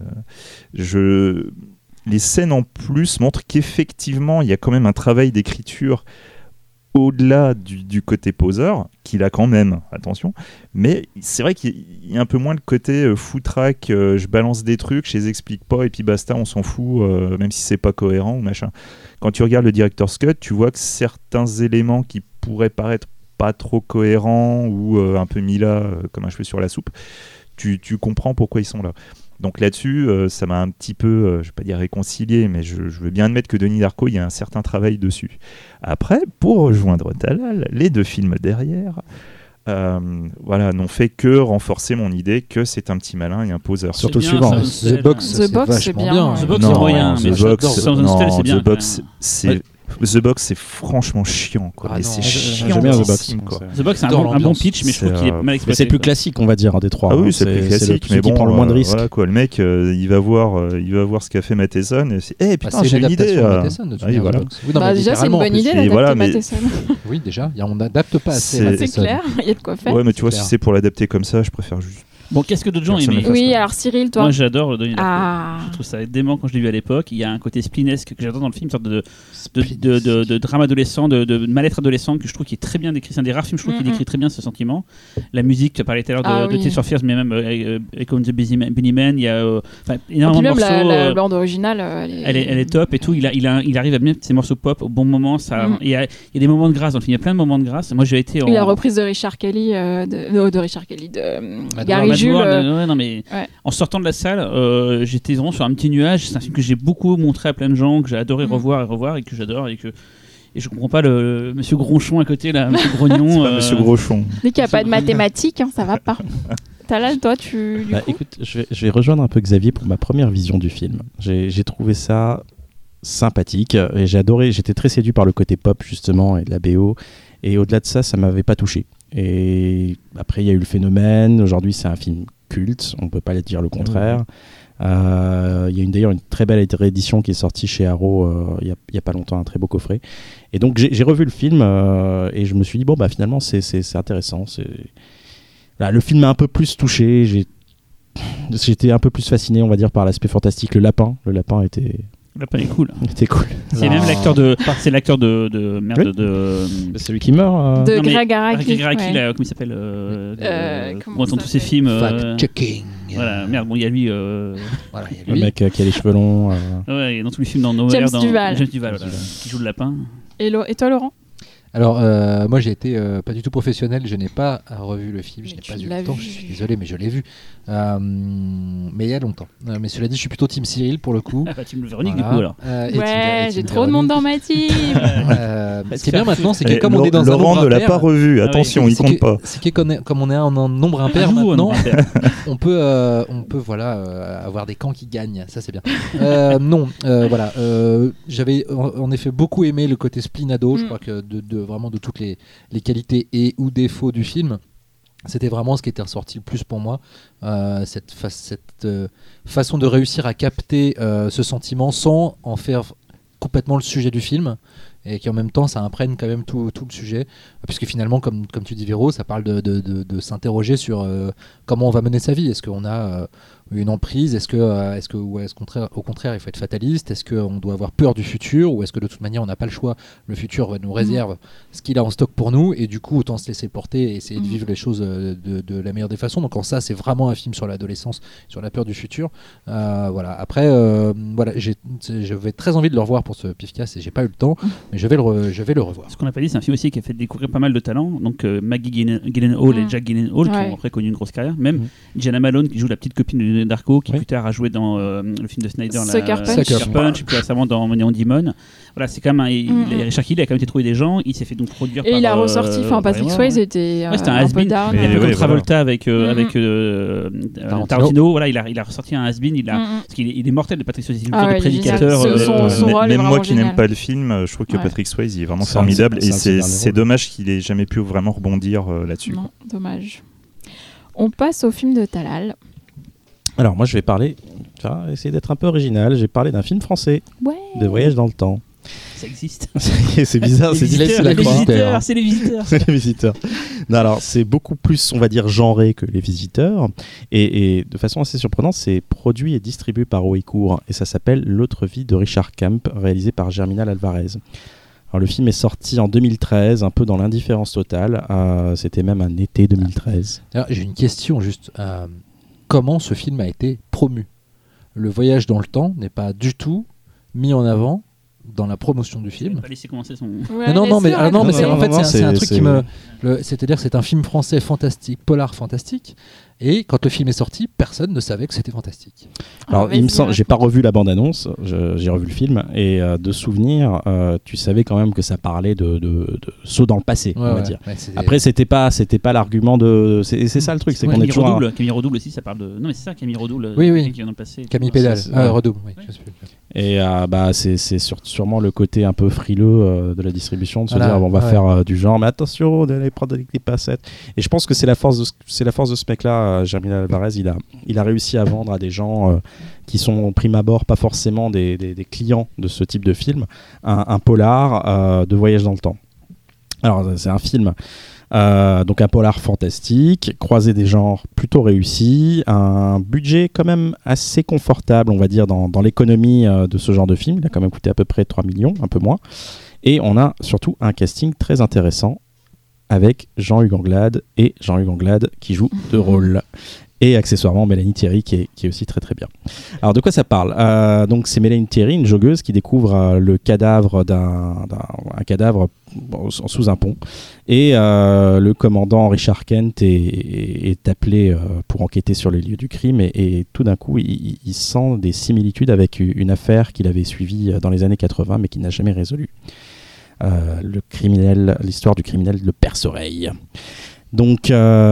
les scènes en plus montrent qu'effectivement il y a quand même un travail d'écriture au-delà du côté poseur, qu'il a quand même, attention, mais c'est vrai qu'il y a un peu moins le côté foutraque, je balance des trucs, je les explique pas et puis basta, on s'en fout, même si c'est pas cohérent ou machin. Quand tu regardes le director's cut, tu vois que certains éléments qui pourraient paraître pas trop cohérents ou un peu mis là comme un cheveu sur la soupe, tu comprends pourquoi ils sont là. Donc là-dessus, ça m'a un petit peu, je vais pas dire réconcilié, mais je veux bien admettre que Donnie Darko, il y a un certain travail dessus. Après, pour rejoindre Talal, les 2 films derrière, n'ont fait que renforcer mon idée que c'est un petit malin et un poseur. Surtout le suivant, The Box, c'est vachement bien. The Box, c'est moyen, mais The Box, c'est The Box, c'est franchement chiant, quoi. Ah, c'est chiant. The Box, c'est un bon pitch, mais je trouve qu'il est mal exploité. C'est le plus classique, on va dire, des 3. Ah oui, c'est le plus classique, mais bon, qui prend le moins de risques. Voilà, quoi. Le mec, il va voir ce qu'a fait Matheson. Et c'est, putain, j'ai une idée. Déjà, c'est une bonne idée d'adapter Matheson. Oui, déjà, on n'adapte pas assez. C'est clair, il y a de quoi faire. Ouais, mais tu vois, si c'est pour l'adapter comme ça, je préfère juste. Bon, qu'est-ce que d'autres gens aimaient ? Oui, alors Cyril, toi ? Moi, j'adore le Donnie Darko. Je trouve ça dément quand je l'ai vu à l'époque. Il y a un côté splinesque que j'adore dans le film, une sorte de drame adolescent, de mal-être adolescent que je trouve qui est très bien décrit. C'est un des rares films, je trouve, qui décrit très bien ce sentiment. La musique, tu as parlé tout à l'heure de Tears for Fears, mais même Echo and the Bunnymen, il y a énormément de morceaux. La bande originale, elle est top et tout. Il arrive à bien ces morceaux pop au bon moment. Il y a des moments de grâce dans le film. Il y a plein de moments de grâce. Moi, j'ai été la reprise de Richard Kelly, de Gary Jules. En sortant de la salle, j'étais vraiment sur un petit nuage. C'est un film que j'ai beaucoup montré à plein de gens, que j'ai adoré revoir et que j'adore et je comprends pas le monsieur Gronchon à côté là, monsieur Grognon. C'est pas monsieur Gronchon. Dès qu'il n'y a pas de mathématiques, ça va pas. Talal, toi, écoute, je vais rejoindre un peu Xavier pour ma première vision du film. J'ai trouvé ça sympathique et j'ai adoré. J'étais très séduit par le côté pop justement et de la BO. Et au-delà de ça, ça m'avait pas touché. Et après, il y a eu le phénomène. Aujourd'hui, c'est un film culte. On peut pas dire le contraire. Il y a d'ailleurs une très belle réédition qui est sortie chez Arrow il y a pas longtemps, un très beau coffret. Et donc j'ai revu le film et je me suis dit bon bah finalement c'est intéressant. Là, le film m'a un peu plus touché. J'étais un peu plus fasciné, on va dire, par l'aspect fantastique. Le lapin était. Le lapin est cool. C'était cool. C'est même l'acteur de. C'est l'acteur de merde de. C'est celui qui meurt. De Greg Araki. Greg Araki, comment il s'appelle on entend tous ses films. Fact-checking. Voilà, merde, bon, il y a lui. Voilà, le mec qui a les cheveux longs. Ouais, dans tous les films dans Nowhere. James Duval. James Duval, voilà, qui joue le lapin. Et toi, Laurent? Alors, moi, j'ai été pas du tout professionnel. Je n'ai pas revu le film. Je n'ai pas eu le temps. Je suis désolé, mais je l'ai vu. Mais il y a longtemps. Mais cela dit, je suis plutôt team Cyril pour le coup. Ah bah, team Véronique, du coup, alors. Ouais, j'ai trop de monde dans ma team. Ce qui est bien maintenant, c'est que comme on est dans un nombre Laurent ne l'a impair, pas revu. Attention, il compte pas. C'est que comme on est en nombre impair maintenant, on peut avoir des camps qui gagnent. Ça, c'est bien. Voilà. J'avais en effet beaucoup aimé le côté splinado. Je crois que vraiment de toutes les qualités et ou défauts du film, c'était vraiment ce qui était ressorti le plus pour moi, cette façon de réussir à capter ce sentiment sans en faire complètement le sujet du film, et qui en même temps ça imprègne quand même tout le sujet, puisque finalement comme tu dis Véro, ça parle de s'interroger sur comment on va mener sa vie. Est-ce qu'on a une emprise, au contraire il faut être fataliste, est-ce qu'on doit avoir peur du futur, ou est-ce que de toute manière on n'a pas le choix, le futur nous réserve ce qu'il a en stock pour nous, et du coup autant se laisser porter et essayer de vivre les choses de la meilleure des façons. Donc en ça c'est vraiment un film sur l'adolescence, sur la peur du futur. Voilà. Après j'avais très envie de le revoir pour ce Pifcast et j'ai pas eu le temps, mais je vais le revoir. Ce qu'on n'a pas dit, c'est un film aussi qui a fait découvrir pas mal de talents, donc Maggie Gyllenhaal et Jack Gyllenhaal qui ont après connu une grosse carrière, même Jenna Malone qui joue la petite copine de Darko, qui plus tard a joué dans le film de Snyder, Sucker Punch, plus récemment dans Money on Demon. Voilà, c'est quand même Richard Kiel a quand même été trouvé des gens, il s'est fait donc produire et par, il a ressorti, Patrick Swayze était un peu down. Il a fait Travolta avec Tarantino, voilà, il a ressorti un has-been, parce qu'il est mortel de Patrick Swayze, le prédicateur. Même moi qui n'aime pas le film, je trouve que Patrick Swayze est vraiment formidable, et c'est dommage qu'il ait jamais pu vraiment rebondir là-dessus. Non, dommage. On passe au film de Talal. Alors moi je vais essayer d'être un peu original. J'ai parlé d'un film français de voyage dans le temps. Ça existe. C'est bizarre, c'est les visiteurs. C'est les visiteurs. Non, alors c'est beaucoup plus, on va dire, genré que les visiteurs, et de façon assez surprenante, c'est produit et distribué par Houellebecq, et ça s'appelle L'autre vie de Richard Camp, réalisé par Germinal Alvarez. Alors le film est sorti en 2013, un peu dans l'indifférence totale. C'était même un été 2013. Alors, j'ai une question juste. Comment ce film a été promu ? Le voyage dans le temps n'est pas du tout mis en avant dans la promotion du film. Pas laisser commencer son. C'est un truc qui me. C'est-à-dire que c'est un film français fantastique, polar fantastique, et quand le film est sorti, personne ne savait que c'était fantastique. Alors, il me semble, j'ai pas revu la bande-annonce, j'ai revu le film, et de souvenir, tu savais quand même que ça parlait de saut dans le passé, on va dire. Après, c'était pas l'argument de. C'est ça le truc, c'est qu'on est toujours. Camille Redouble aussi, ça parle de. Non, mais c'est ça, Camille Redouble. Oui. Qui est dans le passé. Camille Pédale. Redouble. Oui, je sais plus. Et c'est sûrement le côté un peu frileux de la distribution, de se dire on va faire du genre, mais attention, on allait prendre des passettes. Et je pense que c'est la force de ce mec-là, Germinal Alvarez. Il a réussi à vendre à des gens qui sont prime abord pas forcément des clients de ce type de film, un polar de voyage dans le temps. Alors c'est un film. Donc un polar fantastique, croisé des genres plutôt réussi, un budget quand même assez confortable, on va dire, dans l'économie de ce genre de film. Il a quand même coûté à peu près 3 millions, un peu moins. Et on a surtout un casting très intéressant avec Jean-Hugues Anglade qui joue deux rôles. Et accessoirement Mélanie Thierry qui est aussi très très bien. Alors de quoi ça parle ? Donc c'est Mélanie Thierry, une joggeuse qui découvre le cadavre un cadavre sous un pont. Et le commandant Richard Kent est appelé pour enquêter sur les lieux du crime et tout d'un coup il sent des similitudes avec une affaire qu'il avait suivie dans les années 80 mais qu'il n'a jamais résolue. L'histoire du criminel le perce-oreille. Donc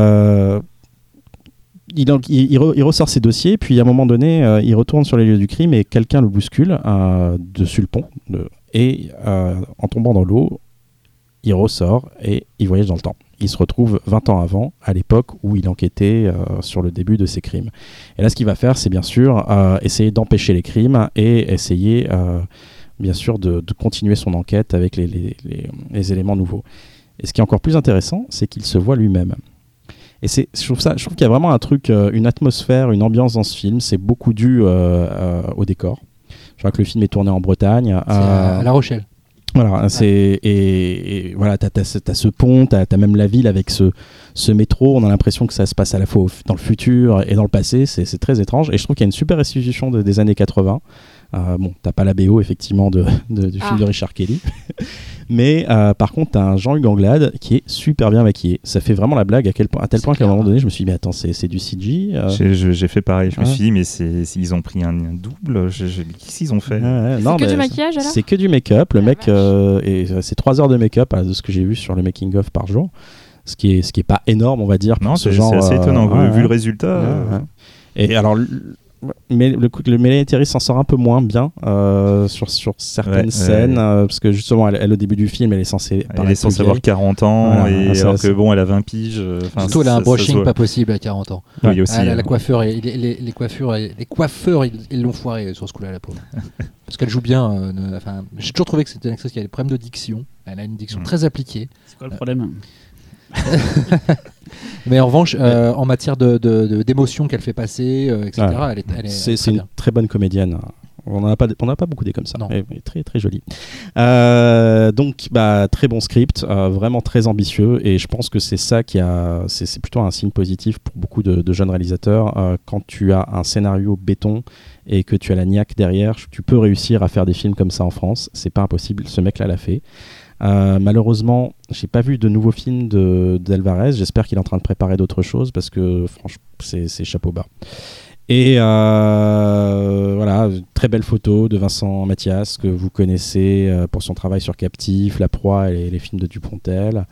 il ressort ses dossiers, puis à un moment donné, il retourne sur les lieux du crime et quelqu'un le bouscule dessus le pont. Et en tombant dans l'eau, il ressort et il voyage dans le temps. Il se retrouve 20 ans avant, à l'époque où il enquêtait sur le début de ses crimes. Et là, ce qu'il va faire, c'est bien sûr essayer d'empêcher les crimes et essayer, bien sûr, de continuer son enquête avec les éléments nouveaux. Et ce qui est encore plus intéressant, c'est qu'il se voit lui-même. Et je trouve qu'il y a vraiment un truc, une atmosphère, une ambiance dans ce film. C'est beaucoup dû au décor. Je crois que le film est tourné en Bretagne. À La Rochelle. Voilà, et voilà, t'as ce pont, t'as même la ville avec ce métro. On a l'impression que ça se passe à la fois dans le futur et dans le passé. C'est très étrange. Et je trouve qu'il y a une super restitution des années 80. Bon, t'as pas la BO effectivement du film de Richard Kelly, mais par contre t'as un Jean-Hugues Anglade qui est super bien maquillé. Ça fait vraiment la blague à tel point qu'à un moment donné je me suis dit mais attends c'est du CG. J'ai fait pareil, je me suis dit mais ils ont pris un double. Qu'est-ce qu'ils ont fait? C'est que du maquillage alors? C'est que du make-up. Le mec et c'est 3 heures de make-up de ce que j'ai vu sur le making of par jour, ce qui est pas énorme on va dire. Non, c'est assez étonnant vu le résultat. Et alors mais Mélanie Thierry s'en sort un peu moins bien sur certaines scènes parce que justement elle au début du film elle est censée avoir 40 ans alors que bon elle a 20 piges. Surtout elle a un brushing pas possible à 40 ans. Oui, aussi, la coiffeur les coiffeurs ils l'ont foiré sur ce coup-là la pauvre. Parce qu'elle joue bien. J'ai toujours trouvé que c'était une actrice qui a des problèmes de diction. Elle a une diction très appliquée. C'est quoi le problème? Mais en revanche, en matière d'émotion qu'elle fait passer, etc., c'est une très bonne comédienne. On n'a pas beaucoup des comme ça. Elle est très très jolie. Donc, très bon script, vraiment très ambitieux, et je pense que c'est ça c'est plutôt un signe positif pour beaucoup de jeunes réalisateurs. Quand tu as un scénario béton et que tu as la niaque derrière, tu peux réussir à faire des films comme ça en France. C'est pas impossible. Ce mec-là l'a fait. Malheureusement, j'ai pas vu de nouveaux films d'Alvarez. J'espère qu'il est en train de préparer d'autres choses parce que franchement, c'est chapeau bas. Et voilà, très belle photo de Vincent Mathias que vous connaissez pour son travail sur Captif, La Proie et les films de Dupontel.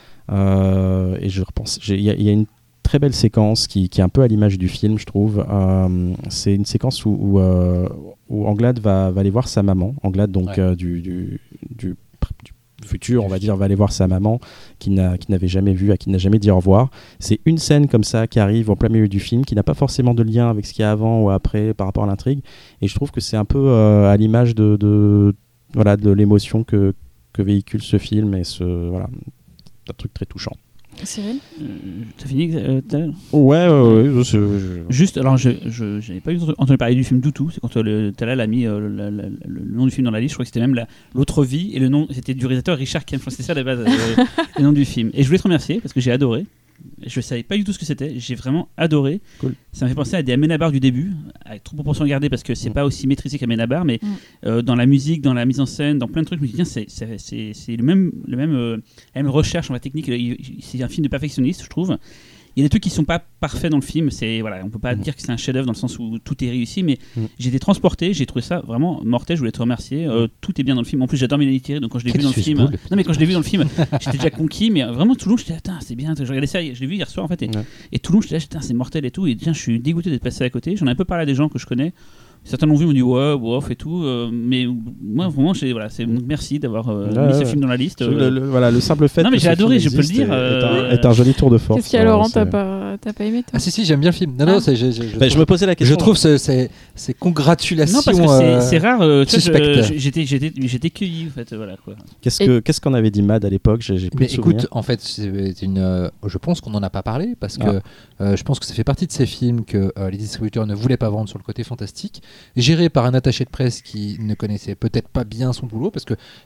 Et je repense, il y a une très belle séquence qui est un peu à l'image du film, je trouve. C'est une séquence où Anglade va aller voir sa maman. Anglade donc du futur, on va dire, va aller voir sa maman qu'il n'avait jamais vue, à qui il n'a jamais dit au revoir. C'est une scène comme ça qui arrive en plein milieu du film, qui n'a pas forcément de lien avec ce qu'il y a avant ou après par rapport à l'intrigue. Et je trouve que c'est un peu à l'image de l'émotion que véhicule ce film et un truc très touchant. Cyril, t'as fini Ouais. Juste, alors je n'avais pas entendu parler du film du tout. C'est quand Talal a mis le nom du film dans la liste. Je crois que c'était même l'autre vie et le nom c'était du réalisateur Richard Kent. C'était ça à la base le nom du film. Et je voulais te remercier parce que j'ai adoré. Je savais pas du tout ce que c'était. J'ai vraiment adoré. Cool. Ça me fait penser à des Amenabar du début, avec trop de proportions gardées parce que c'est pas aussi maîtrisé qu'Amenabar, mais dans la musique, dans la mise en scène, dans plein de trucs, je me dis tiens, c'est la même recherche en la technique. C'est un film de perfectionniste, je trouve. Il y a des trucs qui sont pas parfaits dans le film. On peut pas dire que c'est un chef-d'œuvre dans le sens où tout est réussi, mais j'ai été transporté. J'ai trouvé ça vraiment mortel. Je voulais te remercier. Tout est bien dans le film. En plus, j'adore Mélanie Thierry, donc quand je l'ai vu dans le film, quand je l'ai vu dans le film, j'étais déjà conquis. Mais vraiment, tout le long, j'étais là, c'est bien. Je regardais ça. Je l'ai vu hier soir en fait, et tout le long, j'étais là, c'est mortel et tout. Et tiens, je suis dégoûté d'être passé à côté. J'en ai un peu parlé à des gens que je connais. Certains l'ont vu, m'ont dit ouais, off et tout, mais moi vraiment, merci d'avoir mis ce film dans la liste. Le simple fait. Non, mais j'ai adoré, je peux le dire. Est un joli tour de force. Qu'est-ce qu'il y a, Laurent, t'as pas aimé toi? Ah si, j'aime bien le film. Non, je me posais la question. Je trouve ces congratulations. Non, parce que c'est rare. Suspectes. J'étais cueilli en fait, voilà quoi. Qu'est-ce qu'on avait dit Mad à l'époque? J'ai plus de souvenirs. Écoute, en fait, je pense qu'on n'en a pas parlé parce que je pense que ça fait partie de ces films que les distributeurs ne voulaient pas vendre sur le côté fantastique. Géré par un attaché de presse qui ne connaissait peut-être pas bien son boulot, parce que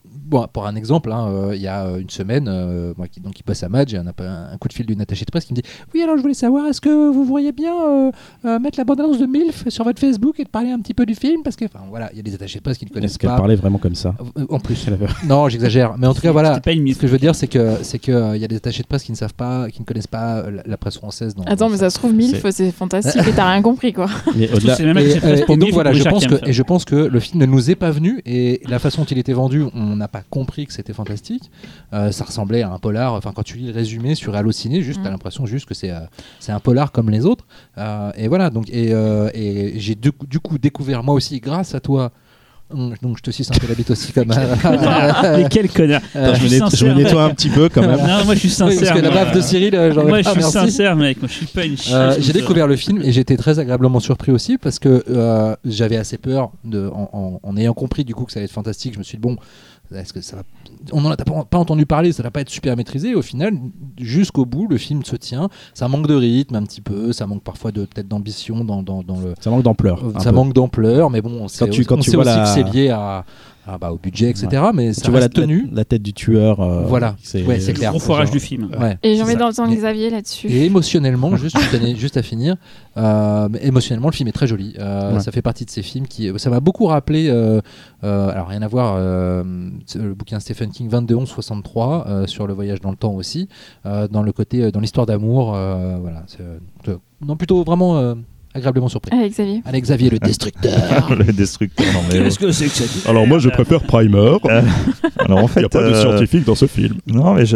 Bon, pour un exemple, il y a une semaine, moi qui passe à Madge, j'ai un coup de fil d'une attachée de presse qui me dit « Oui, alors je voulais savoir, est-ce que vous pourriez bien mettre la bande-annonce de MILF sur votre Facebook et de parler un petit peu du film » Parce que, voilà, il y a des attachés de presse qui ne connaissent pas. Est-ce qu'elle parlait vraiment comme ça ? En plus. Non, j'exagère. Mais en tout cas, voilà, ce que je veux dire, c'est que y a des attachés de presse qui ne connaissent pas la presse française. Attends, mais ça se trouve, MILF, c'est fantastique et t'as rien compris, quoi. Et donc voilà, je pense que le film ne nous est pas venu et la façon dont il était vendu, on n'a pas compris que c'était fantastique. Ça ressemblait à un polar. Enfin, quand tu lis le résumé sur Allociné, juste t'as l'impression juste que c'est un polar comme les autres. Et voilà. Donc et j'ai du coup découvert moi aussi grâce à toi. Donc je te suce un peu la bite aussi comme mais quel connard. Je me nettoie un petit peu quand même. Non, moi je suis sincère. Parce que la baffe de Cyril, moi je suis sincère, mec. Moi je suis pas une chiche. J'ai découvert le film et j'étais très agréablement surpris aussi parce que j'avais assez peur en ayant compris du coup que ça allait être fantastique. Je me suis dit bon, est-ce que ça va... On n'en a pas entendu parler, ça va pas être super maîtrisé. Au final, jusqu'au bout, le film se tient. Ça manque de rythme un petit peu, ça manque parfois peut-être d'ambition dans le. Ça manque d'ampleur. Ça manque d'ampleur, mais bon, on sait aussi que c'est lié au budget, etc. Ouais. Mais ça tu vois la tête du tueur. Voilà, c'est clair. Le gros foirage du film. Ouais. Et j'ai envie d'entendre Xavier là-dessus. Et émotionnellement, juste à finir, émotionnellement, le film est très joli. Ça fait partie de ces films ça m'a beaucoup rappelé. Alors rien à voir, le bouquin Stephen King 22-11-63 sur le voyage dans le temps aussi, dans le côté, dans l'histoire d'amour. Voilà, non plutôt vraiment. Agréablement surpris. Avec Xavier le destructeur. Le destructeur. Non, mais... Qu'est-ce que c'est que ça ? Alors moi je préfère Primer. Alors en fait, il n'y a pas de scientifique dans ce film. Non, mais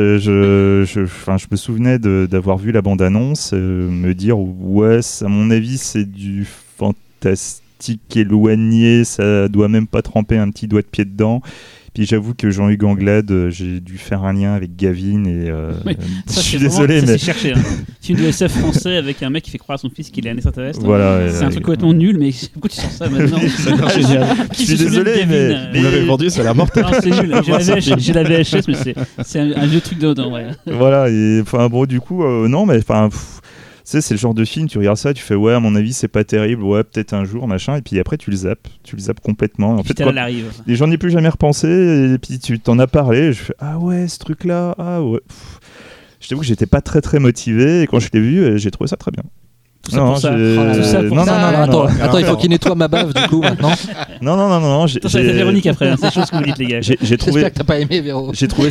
je me souvenais d'avoir vu la bande-annonce, me dire ouais, à mon avis c'est du fantastique éloigné, ça doit même pas tremper un petit doigt de pied dedans. Puis j'avoue que Jean-Hugues Anglade, j'ai dû faire un lien avec Gavin et je suis désolé, mais c'est cherché. Film de SF français avec un mec qui fait croire à son fils qu'il est un extraterrestre. Voilà, c'est un truc complètement nul, mais pourquoi tu sors ça maintenant ? C'est génial. Je suis désolé, mais vous l'avez vendu, ça a l'air mortel. Non, c'est nul. J'ai la VHS, mais c'est un vieux truc dedans. Ouais. Voilà, et enfin bon, du coup, non, mais enfin. Tu sais, c'est le genre de film, tu regardes ça, tu fais ouais, à mon avis, c'est pas terrible, ouais, peut-être un jour, machin, et puis après, tu le zappes complètement. En fait, et j'en ai plus jamais repensé, et puis tu t'en as parlé, je fais ah ouais, ce truc-là, ah ouais. Je t'avoue que j'étais pas très très motivé, et quand je l'ai vu, j'ai trouvé ça très bien. Tout ça pour ça. Attends, il faut qu'il nettoie ma bave du coup maintenant. Non. Ça va être Véronique après, c'est chose que vous dites les gars. J'espère que t'as pas aimé Véro. J'ai trouvé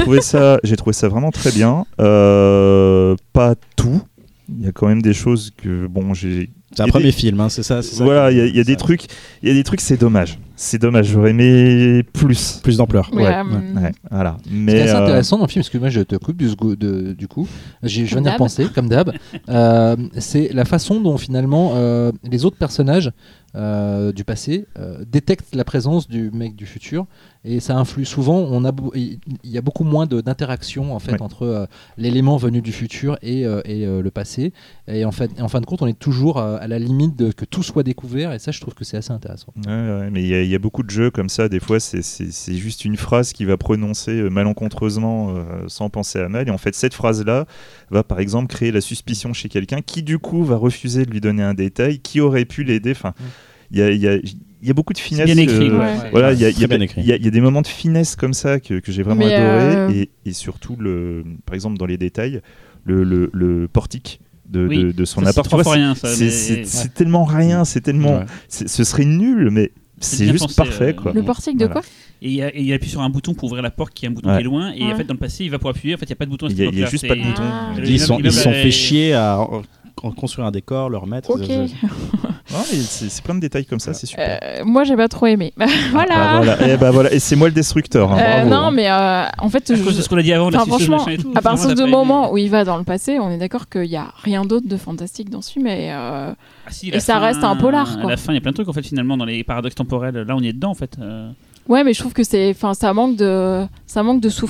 ça vraiment très bien. Pas tout. Il y a quand même des choses que c'est un premier film, hein, c'est ça. Voilà, il y a des trucs, c'est dommage. C'est dommage. J'aurais aimé plus d'ampleur. Ouais, voilà. Mais ce qui est assez intéressant dans le film, parce que moi je te coupe du coup, je viens d'y repenser comme d'hab. C'est la façon dont finalement les autres personnages du passé détectent la présence du mec du futur, et ça influe souvent. Il y a beaucoup moins d'interaction en fait entre l'élément venu du futur et le passé, et en fin de compte on est toujours à la limite que tout soit découvert, et ça je trouve que c'est assez intéressant. Mais il y a beaucoup de jeux comme ça, des fois c'est juste une phrase qui va prononcer malencontreusement sans penser à mal, et en fait cette phrase là va par exemple créer la suspicion chez quelqu'un qui du coup va refuser de lui donner un détail qui aurait pu l'aider. Enfin, il y a beaucoup de finesse. Bien écrit. Voilà, il y a des moments de finesse comme ça que j'ai vraiment adoré, et surtout par exemple dans les détails, le portique de son appart. C'est tellement rien, c'est tellement, ce serait nul, mais c'est juste pensé, parfait quoi. Le portique de quoi? Et il appuie sur un bouton pour ouvrir la porte, qui est un bouton qui est loin, et en fait dans le passé il va pour appuyer, en fait il n'y a pas de bouton. Il y a juste pas de bouton. Ils se sont fait chier à construire un décor, le remettre. Ok. C'est plein de détails comme ça, c'est super. Moi j'ai pas trop aimé. Voilà. Et c'est moi le destructeur. Bravo, non, mais en fait, c'est ce qu'on a dit avant. Franchement, à partir du moment où il va dans le passé, on est d'accord qu'il y a rien d'autre de fantastique dans ce film, et ça reste un polar. À la fin, il y a plein de trucs en fait finalement dans les paradoxes temporels. Là, on y est dedans en fait. Ouais, mais je trouve que ça manque de souffle quoi.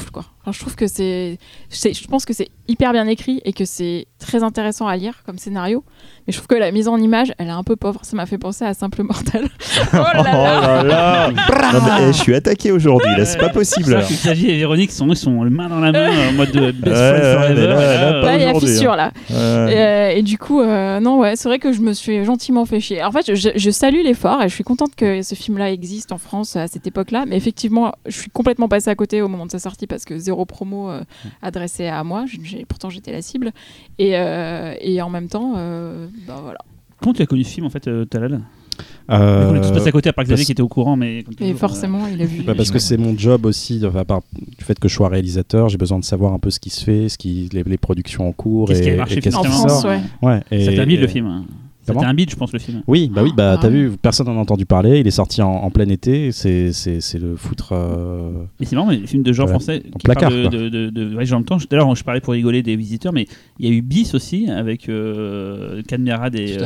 Enfin, je trouve que je pense que c'est hyper bien écrit et que c'est très intéressant à lire comme scénario. Mais je trouve que la mise en image, elle est un peu pauvre. Ça m'a fait penser à Simple Mortel. Oh là là. Non, mais, je suis attaqué aujourd'hui, là, c'est pas possible. C'est ça qu'il s'agit et Véronique sont le main dans la main en mode best friend forever. Là, il y a fissure là. Et du coup, non, ouais, c'est vrai que je me suis gentiment fait chier. En fait, je salue l'effort et je suis contente que ce film-là existe en France à cette époque-là. Mais effectivement, je suis complètement passée à côté au moment de sa sortie parce que zéro promo adressée à moi. Pourtant, j'étais la cible. Et en même temps, bah voilà. Comment tu as connu ce film en fait, Talal? On est tous passés à côté à part Xavier qui était au courant, mais forcément il a vu. Parce que c'est mon job aussi, à part du fait que je sois réalisateur, j'ai besoin de savoir un peu ce qui se fait, les productions en cours qu'est-ce qui a marché en France, ouais. Ça t'a mis le film. C'était un bide, je pense, le film. Oui, t'as vu, personne n'en a entendu parler. Il est sorti en plein été. C'est le foutre. Mais c'est marrant, les films de genre français qui placard, parlent de voyage dans le temps. D'ailleurs, je parlais pour rigoler des visiteurs, mais il y a eu Bis aussi avec Cadmerade et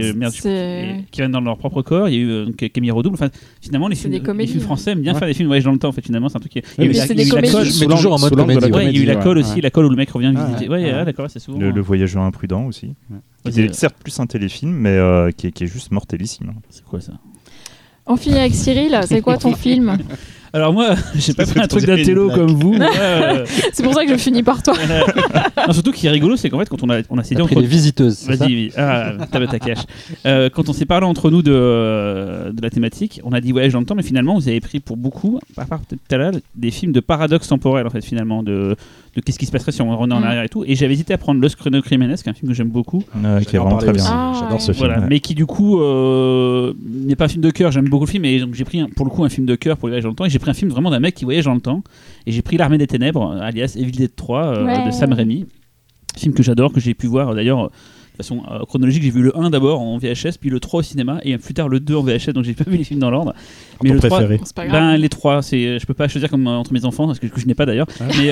qui viennent dans leur propre corps. Il y a eu Camille Redouble. Enfin, finalement, les films français aiment bien faire des films de voyage dans le temps. En fait, finalement, c'est un truc qui. C'est des comédies. Mais toujours en mode comédie. Il y a eu La Colle aussi, La Colle où le mec revient visiter. Ouais, d'accord, c'est souvent. Le Voyageur imprudent aussi. C'est certes plus un téléfilm, mais qui est juste mortellissime. C'est quoi ça? On finit avec Cyril. C'est quoi ton film? Alors moi, j'ai pas pris un truc d'intello comme vous. C'est pour ça que je finis par toi. Non, surtout ce qui est rigolo, c'est qu'en fait, quand on a essayé entre les visiteuses. Vas-y, ta cache. Quand on s'est parlé entre nous de la thématique, on a dit voyage dans le temps, mais finalement, vous avez pris pour beaucoup, à part peut-être Talal, des films de paradoxe temporel en fait, finalement, de qu'est-ce qui se passerait si on revenait en arrière et tout. Et j'avais hésité à prendre Los Chronocrimenes, qui est un film que j'aime beaucoup, qui est vraiment très bien. J'adore ce film. Voilà, mais qui du coup n'est pas un film de cœur. J'aime beaucoup le film, et donc j'ai pris pour le coup un film de cœur pour le voyage dans le temps. Et j'ai pris un film vraiment d'un mec qui voyage dans le temps, et j'ai pris L'Armée des Ténèbres, alias Evil Dead 3 de Sam Raimi, film que j'adore, que j'ai pu voir d'ailleurs de façon chronologique. J'ai vu le 1 d'abord en VHS, puis le 3 au cinéma, et plus tard le 2 en VHS, donc j'ai pas vu les films dans l'ordre. Mais le 3, les 3, je peux pas choisir comme entre mes enfants, parce que je n'ai pas d'ailleurs, mais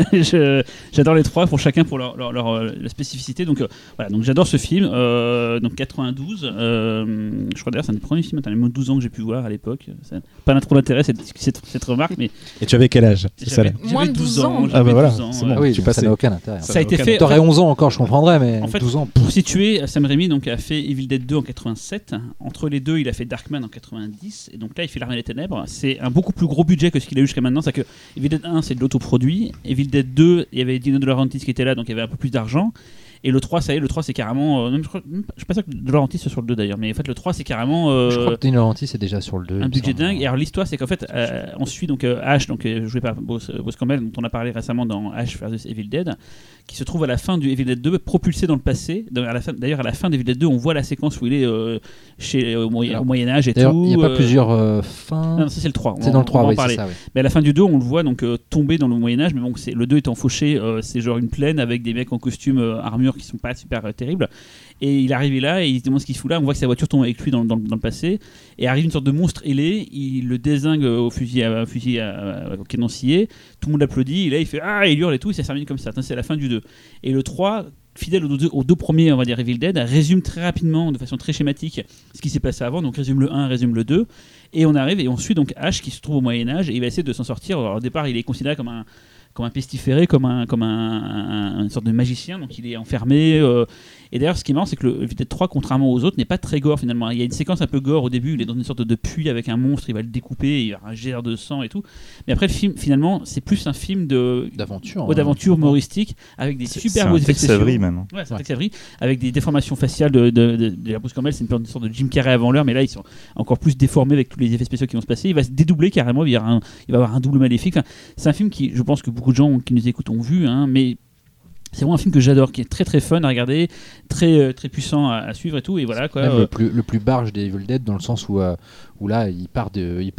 j'adore les 3 pour chacun pour leur spécificité. Donc voilà, donc j'adore ce film. Donc 92, je crois d'ailleurs c'est un des premiers films à 12 ans que j'ai pu voir à l'époque. Ça n'a pas trop d'intérêt cette remarque, mais. Et tu avais quel âge? J'avais moins de 12 ans. Ah bah voilà, c'est bon. Oui, ça n'a aucun intérêt. Ça a été fait. T'aurais 11 ans encore, je comprendrais, mais en fait, 12 ans. Pour situer, Sam Raimi donc a fait Evil Dead 2 en 87. Entre les deux, il a fait Darkman en 90, et donc là il fait L'Armée des Ténèbres. C'est un beaucoup plus gros budget que ce qu'il a eu jusqu'à maintenant. C'est que Evil Dead 1 c'est de l'autoproduit, Evil Dead 2 il y avait Dino De Laurentiis qui était là, donc il y avait un peu plus d'argent. Et le 3, ça y est, le 3 c'est carrément. Je suis pas sûr que De Laurentiis soit sur le 2 d'ailleurs, mais en fait le 3 c'est carrément. Je crois que De Laurentiis c'est déjà sur le 2. Un budget dingue. Et alors l'histoire c'est qu'en fait, on suit donc Ash, joué par Bruce Campbell, dont on a parlé récemment dans Ash vs Evil Dead, qui se trouve à la fin du Evil Dead 2, propulsé dans le passé. D'ailleurs, à la fin d'Evil Dead 2, on voit la séquence où il est au Moyen-Âge et tout. Il n'y a pas plusieurs fins. Non, ça c'est le 3. C'est dans le 3, oui, c'est ça. Oui. Mais à la fin du 2, on le voit donc tomber dans le Moyen-Âge. Mais bon, le 2 étant fauché, c'est genre une plaine avec des mecs en costume armure qui sont pas super terribles. Et il arrive là et il se demande ce qu'il fout là. On voit que sa voiture tombe avec lui dans le passé. Et arrive une sorte de monstre ailé. Il le dézingue au fusil au canon scié. Tout le monde applaudit. Et là, il fait il hurle et tout. Et ça se termine comme ça. C'est la fin du 2. Et le 3, fidèle aux deux premiers, on va dire Evil Dead, résume très rapidement, de façon très schématique, ce qui s'est passé avant. Donc résume le 1, résume le 2. Et on arrive et on suit donc Ash qui se trouve au Moyen-Âge. Et il va essayer de s'en sortir. Alors, au départ, il est considéré comme un pestiféré, comme une sorte de magicien, donc il est enfermé. Et d'ailleurs, ce qui est marrant, c'est que le Evil Dead 3, contrairement aux autres, n'est pas très gore finalement. Il y a une séquence un peu gore au début, il est dans une sorte de puits avec un monstre, il va le découper, il y a un jet de sang et tout. Mais après, le film, finalement, c'est plus un film d'aventure humoristique, avec des super beaux effets spéciaux. C'est un Tex Avery même. Ouais, c'est un Tex Avery, avec des déformations faciales de Bruce Campbell. C'est une sorte de Jim Carrey avant l'heure, mais là, ils sont encore plus déformés avec tous les effets spéciaux qui vont se passer. Il va se dédoubler carrément, il va avoir un double maléfique. Enfin, c'est un film qui, je pense que beaucoup de gens qui nous écoutent ont vu, mais c'est vraiment un film que j'adore, qui est très très fun à regarder, très très puissant à suivre et tout. Et voilà quoi. Même le plus barge des Evil Dead, dans le sens où là il part du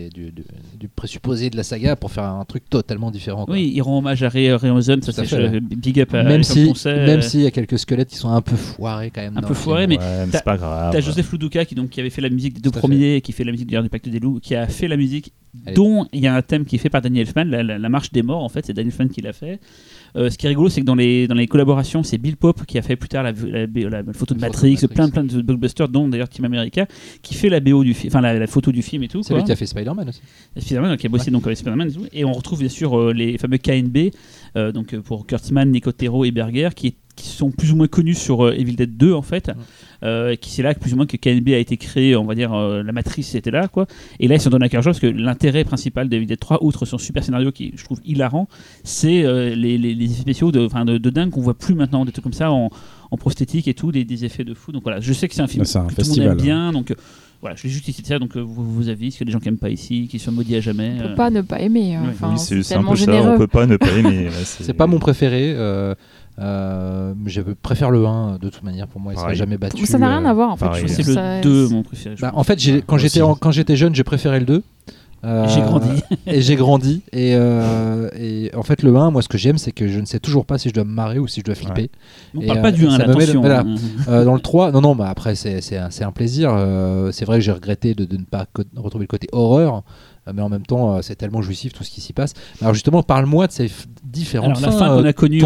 présupposé de la saga pour faire un truc totalement différent. Quoi. Oui, il rend hommage à Ray Harryhausen, ça c'est big up à même s'il y a quelques squelettes qui sont un peu foirés quand même. Un peu foirés, mais c'est pas grave. T'as Joseph Luduca qui avait fait la musique des deux premiers, qui fait la musique du Pacte des Loups, qui a fait la musique dont il y a un thème qui est fait par Danny Elfman, la marche des morts en fait, c'est Danny Elfman qui l'a fait. Ce qui est rigolo, c'est que dans les collaborations, c'est Bill Pope qui a fait plus tard la photo de Matrix, plein de blockbusters, dont d'ailleurs Team America, qui fait la BO du film, enfin la photo du film et tout. C'est lui qui a fait Spider-Man aussi. Spider-Man, qui a bossé donc avec Spider-Man et tout. Et on retrouve bien sûr les fameux KNB, donc pour Kurtzman, Nicotero et Berger, qui sont plus ou moins connus sur Evil Dead 2 en fait, qui c'est là que plus ou moins que KNB a été créé, on va dire la matrice c'était là quoi, et là ils sont donnés à cœur joie parce que l'intérêt principal d'Evil Dead 3, outre son super scénario qui je trouve hilarant, c'est les effets spéciaux de dingue qu'on voit plus maintenant, des trucs comme ça en prosthétique et tout, des effets de fou. Donc voilà, je sais que c'est un film que tout le monde aime bien, donc voilà, je vais juste ici de ça, donc vous avis, est-ce qu'il y a des gens qui n'aiment pas ici, qui sont maudits à jamais On peut pas ne pas aimer, oui, c'est un peu généreux. ça, on peut pas ne pas aimer. C'est pas mon préféré, je préfère le 1 de toute manière, pour moi il sera jamais battu. Ça n'a rien à voir en fait. C'est le 2 mon préféré. En fait, quand j'étais jeune, j'ai préféré le 2. J'ai grandi. Et en fait le 1, moi ce que j'aime, c'est que je ne sais toujours pas si je dois me marrer ou si je dois flipper. On parle pas du 1, attention. Dans le 3, non, bah après c'est un plaisir. C'est vrai que j'ai regretté de ne pas retrouver le côté horreur, mais en même temps c'est tellement jouissif tout ce qui s'y passe. Alors justement, parle-moi de ces différentes fins. La fin qu'on a connue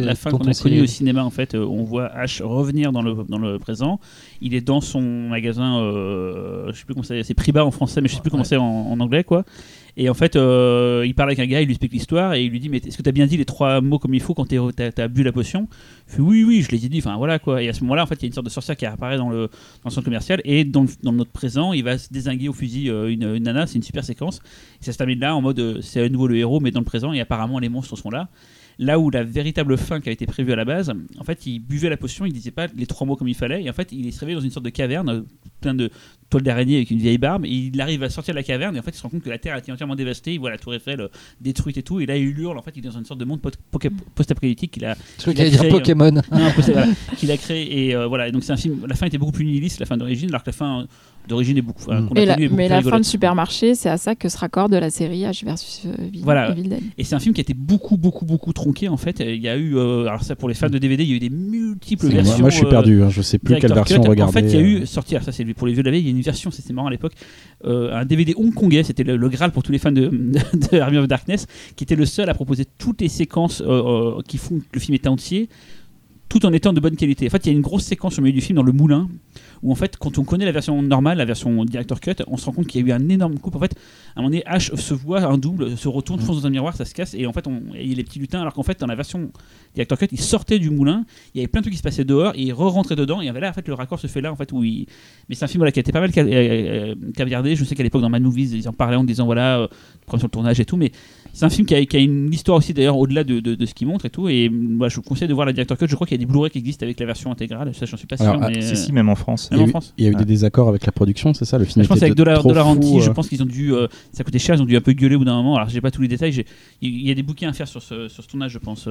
au cinéma en fait, on voit Ash revenir dans le présent. Il est dans son magasin, je sais plus comment c'est Priba en français, mais je sais plus comment c'est en anglais quoi. Et en fait, il parle avec un gars, il lui explique l'histoire et il lui dit mais est-ce que t'as bien dit les 3 mots comme il faut quand t'as bu la potion? Il fait oui, je les ai dit. Enfin voilà quoi. Et à ce moment-là, en fait, il y a une sorte de sorcière qui apparaît dans le centre commercial et dans notre présent, il va se dézinguer au fusil une nana. C'est une super séquence. Et ça se termine là en mode c'est à nouveau le héros, mais dans le présent et apparemment les monstres sont là. Là où la véritable fin qui avait été prévue à la base, en fait, il buvait la potion, il disait pas les 3 mots comme il fallait, et en fait, il se réveille dans une sorte de caverne, plein de toiles d'araignée avec une vieille barbe, et il arrive à sortir de la caverne, et en fait, il se rend compte que la Terre a été entièrement dévastée, il voit la Tour Eiffel détruite et tout, et là, il hurle, en fait, il est dans une sorte de monde post-apocalyptique qu'il a créé. Pokémon. Qu'il a créé, et voilà, et donc c'est un film, la fin était beaucoup plus nihiliste, la fin d'origine, alors que la fin d'origine est beaucoup. Mais la fin de Supermarché, c'est à ça que se raccorde la série H versus Evil Dead. Et c'est un film qui a été beaucoup tronqué en fait. Il y a eu, alors ça pour les fans de DVD, il y a eu des multiples versions. Moi je suis perdu, je sais plus quelle version regarder. En fait, il y a eu sorti, alors ça c'est pour les vieux de la veille, il y a une version, c'était marrant à l'époque, un DVD hongkongais, c'était le Graal pour tous les fans de Army of Darkness, qui était le seul à proposer toutes les séquences qui font que le film est entier, tout en étant de bonne qualité. En fait, il y a une grosse séquence au milieu du film dans le moulin où en fait, quand on connaît la version normale, la version Director Cut, on se rend compte qu'il y a eu un énorme coup. En fait, à un moment donné, Ash se voit un double, se retourne, fonce dans un miroir, ça se casse, et en fait, il y a les petits lutins, alors qu'en fait, dans la version Director Cut, il sortait du moulin, il y avait plein de trucs qui se passaient dehors, et il re-rentrait dedans, et là, en fait, le raccord se fait là, en fait, où il... Mais c'est un film qui a été pas mal caviardé. Je sais qu'à l'époque, dans Mad Movies, ils en parlaient en disant, voilà, problème sur le tournage et tout, mais c'est un film qui a une histoire aussi, d'ailleurs, au-delà de ce qu'il montre et tout, et moi, je vous conseille de voir la Director Cut. Je crois qu'il y a des Blu-ray qui existent avec la version intégrale, ça, j'en suis pas sûr. Mais... Si, même en France. Il y a eu des désaccords avec la production, c'est ça, le film. Je pense qu'avec Dollar-Anti, je pense qu'ils ont dû, ça coûtait cher, ils ont dû un peu gueuler au bout d'un moment. Alors j'ai pas tous les détails, il y a des bouquins à faire sur ce tournage, je pense.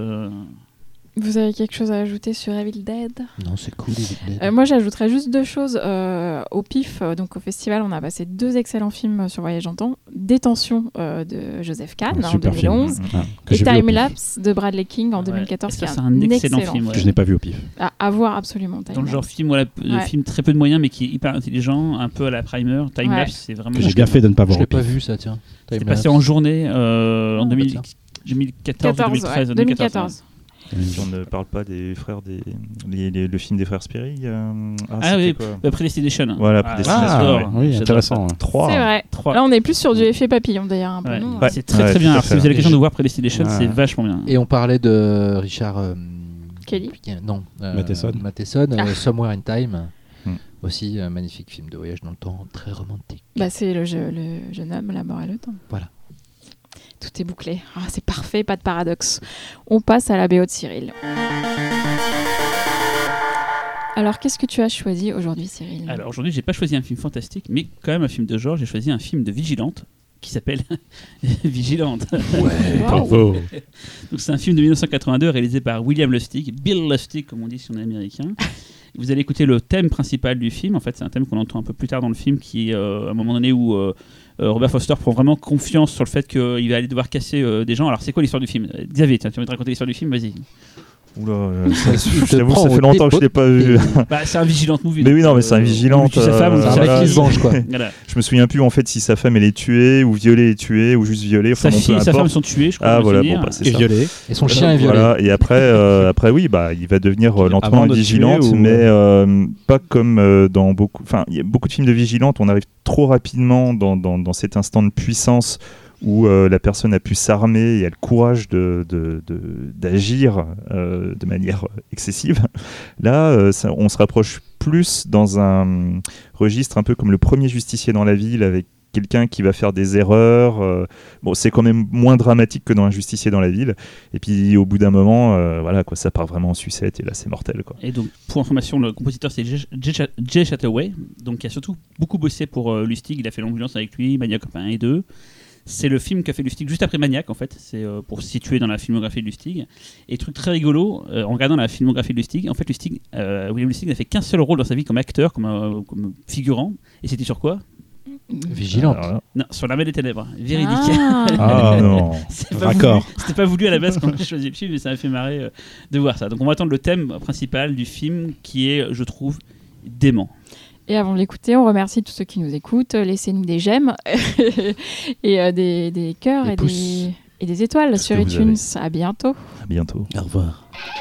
Vous avez quelque chose à ajouter sur Evil Dead? Non, c'est cool. Evil Dead. Moi, j'ajouterais juste 2 choses. Au PIF, donc au festival, on a passé 2 excellents films sur Voyage en temps. Détention de Joseph Kahn en 2011 et Time Lapse de Bradley King en 2014. Ça, c'est un excellent film. Que je n'ai pas vu au PIF. À voir absolument. Dans le genre film, film très peu de moyens, mais qui est hyper intelligent, un peu à la Primer. Time Lapse, c'est vraiment. Que j'ai bien fait de ne pas voir. Je l'ai pas vu ça, tiens. C'était passé en journée en 2014 ou 2014. On ne parle pas des frères le film des frères Spiri. Oui, Predestination. Voilà, Predestination. Oui, intéressant. 3. C'est vrai. 3. Là, on est plus sur du effet papillon d'ailleurs un peu. Non c'est très bien. Alors, si vous avez l'occasion de voir Predestination, c'est vachement bien. Et on parlait de Richard Kelly. Non. Matheson. Somewhere in Time. Aussi un magnifique film de voyage dans le temps, très romantique. C'est le jeune homme, la mort et le temps. Voilà. Tout est bouclé. C'est parfait, pas de paradoxe. On passe à la BO de Cyril. Alors, qu'est-ce que tu as choisi aujourd'hui, Cyril? Alors, aujourd'hui, j'ai pas choisi un film fantastique, mais quand même un film de genre. J'ai choisi un film de Vigilante qui s'appelle Vigilante. Ouais, bravo. Donc, c'est un film de 1982 réalisé par William Lustig, Bill Lustig, comme on dit si on est américain. Vous allez écouter le thème principal du film. En fait, c'est un thème qu'on entend un peu plus tard dans le film, qui est à un moment donné où Robert Foster prend vraiment confiance sur le fait qu'il va aller devoir casser des gens. Alors, c'est quoi l'histoire du film? Xavier, tu vas me raconter l'histoire du film, vas-y. Oula, je t'avoue, ça fait longtemps que je l'ai pas vu. C'est un vigilante movie. Mais oui, non, mais c'est un vigilante. C'est un mec qui se venge, quoi. Voilà. Je me souviens plus en fait si sa femme elle est tuée ou violée et tuée ou juste violée. Sa fille et sa femme sont tuées, je crois. Ah voilà, bon, c'est et ça. violée. Et son chien est violé. Voilà. Et après, oui, il va devenir lentement vigilante, mais pas comme dans beaucoup. Enfin, il y a beaucoup de films de vigilante. On arrive trop rapidement dans cet instant de puissance où la personne a pu s'armer et a le courage d'agir de manière excessive. Là, on se rapproche plus dans un registre un peu comme le premier justicier dans la ville, avec quelqu'un qui va faire des erreurs. Bon, c'est quand même moins dramatique que dans un justicier dans la ville. Et puis au bout d'un moment, voilà, quoi, ça part vraiment en sucette et là c'est mortel, quoi. Et donc pour information, le compositeur c'est Jay Chataway, donc qui a surtout beaucoup bossé pour Lustig. Il a fait l'ambulance avec lui, Maniac 1 et 2. C'est le film qu'a fait Lustig juste après Maniac, en fait. C'est pour se situer dans la filmographie de Lustig. Et truc très rigolo, en regardant la filmographie de Lustig, en fait, William Lustig n'a fait qu'un seul rôle dans sa vie comme acteur, comme figurant. Et c'était sur quoi ? Vigilante. Non, sur La Main des Ténèbres, véridique. Ah non. C'était pas voulu à la base quand j'ai choisi le film, mais ça m'a fait marrer de voir ça. Donc on va attendre le thème principal du film qui est, je trouve, dément. Et avant de l'écouter, on remercie tous ceux qui nous écoutent. Laissez-nous des j'aime et des cœurs et des étoiles sur iTunes. À bientôt. À bientôt. Au revoir.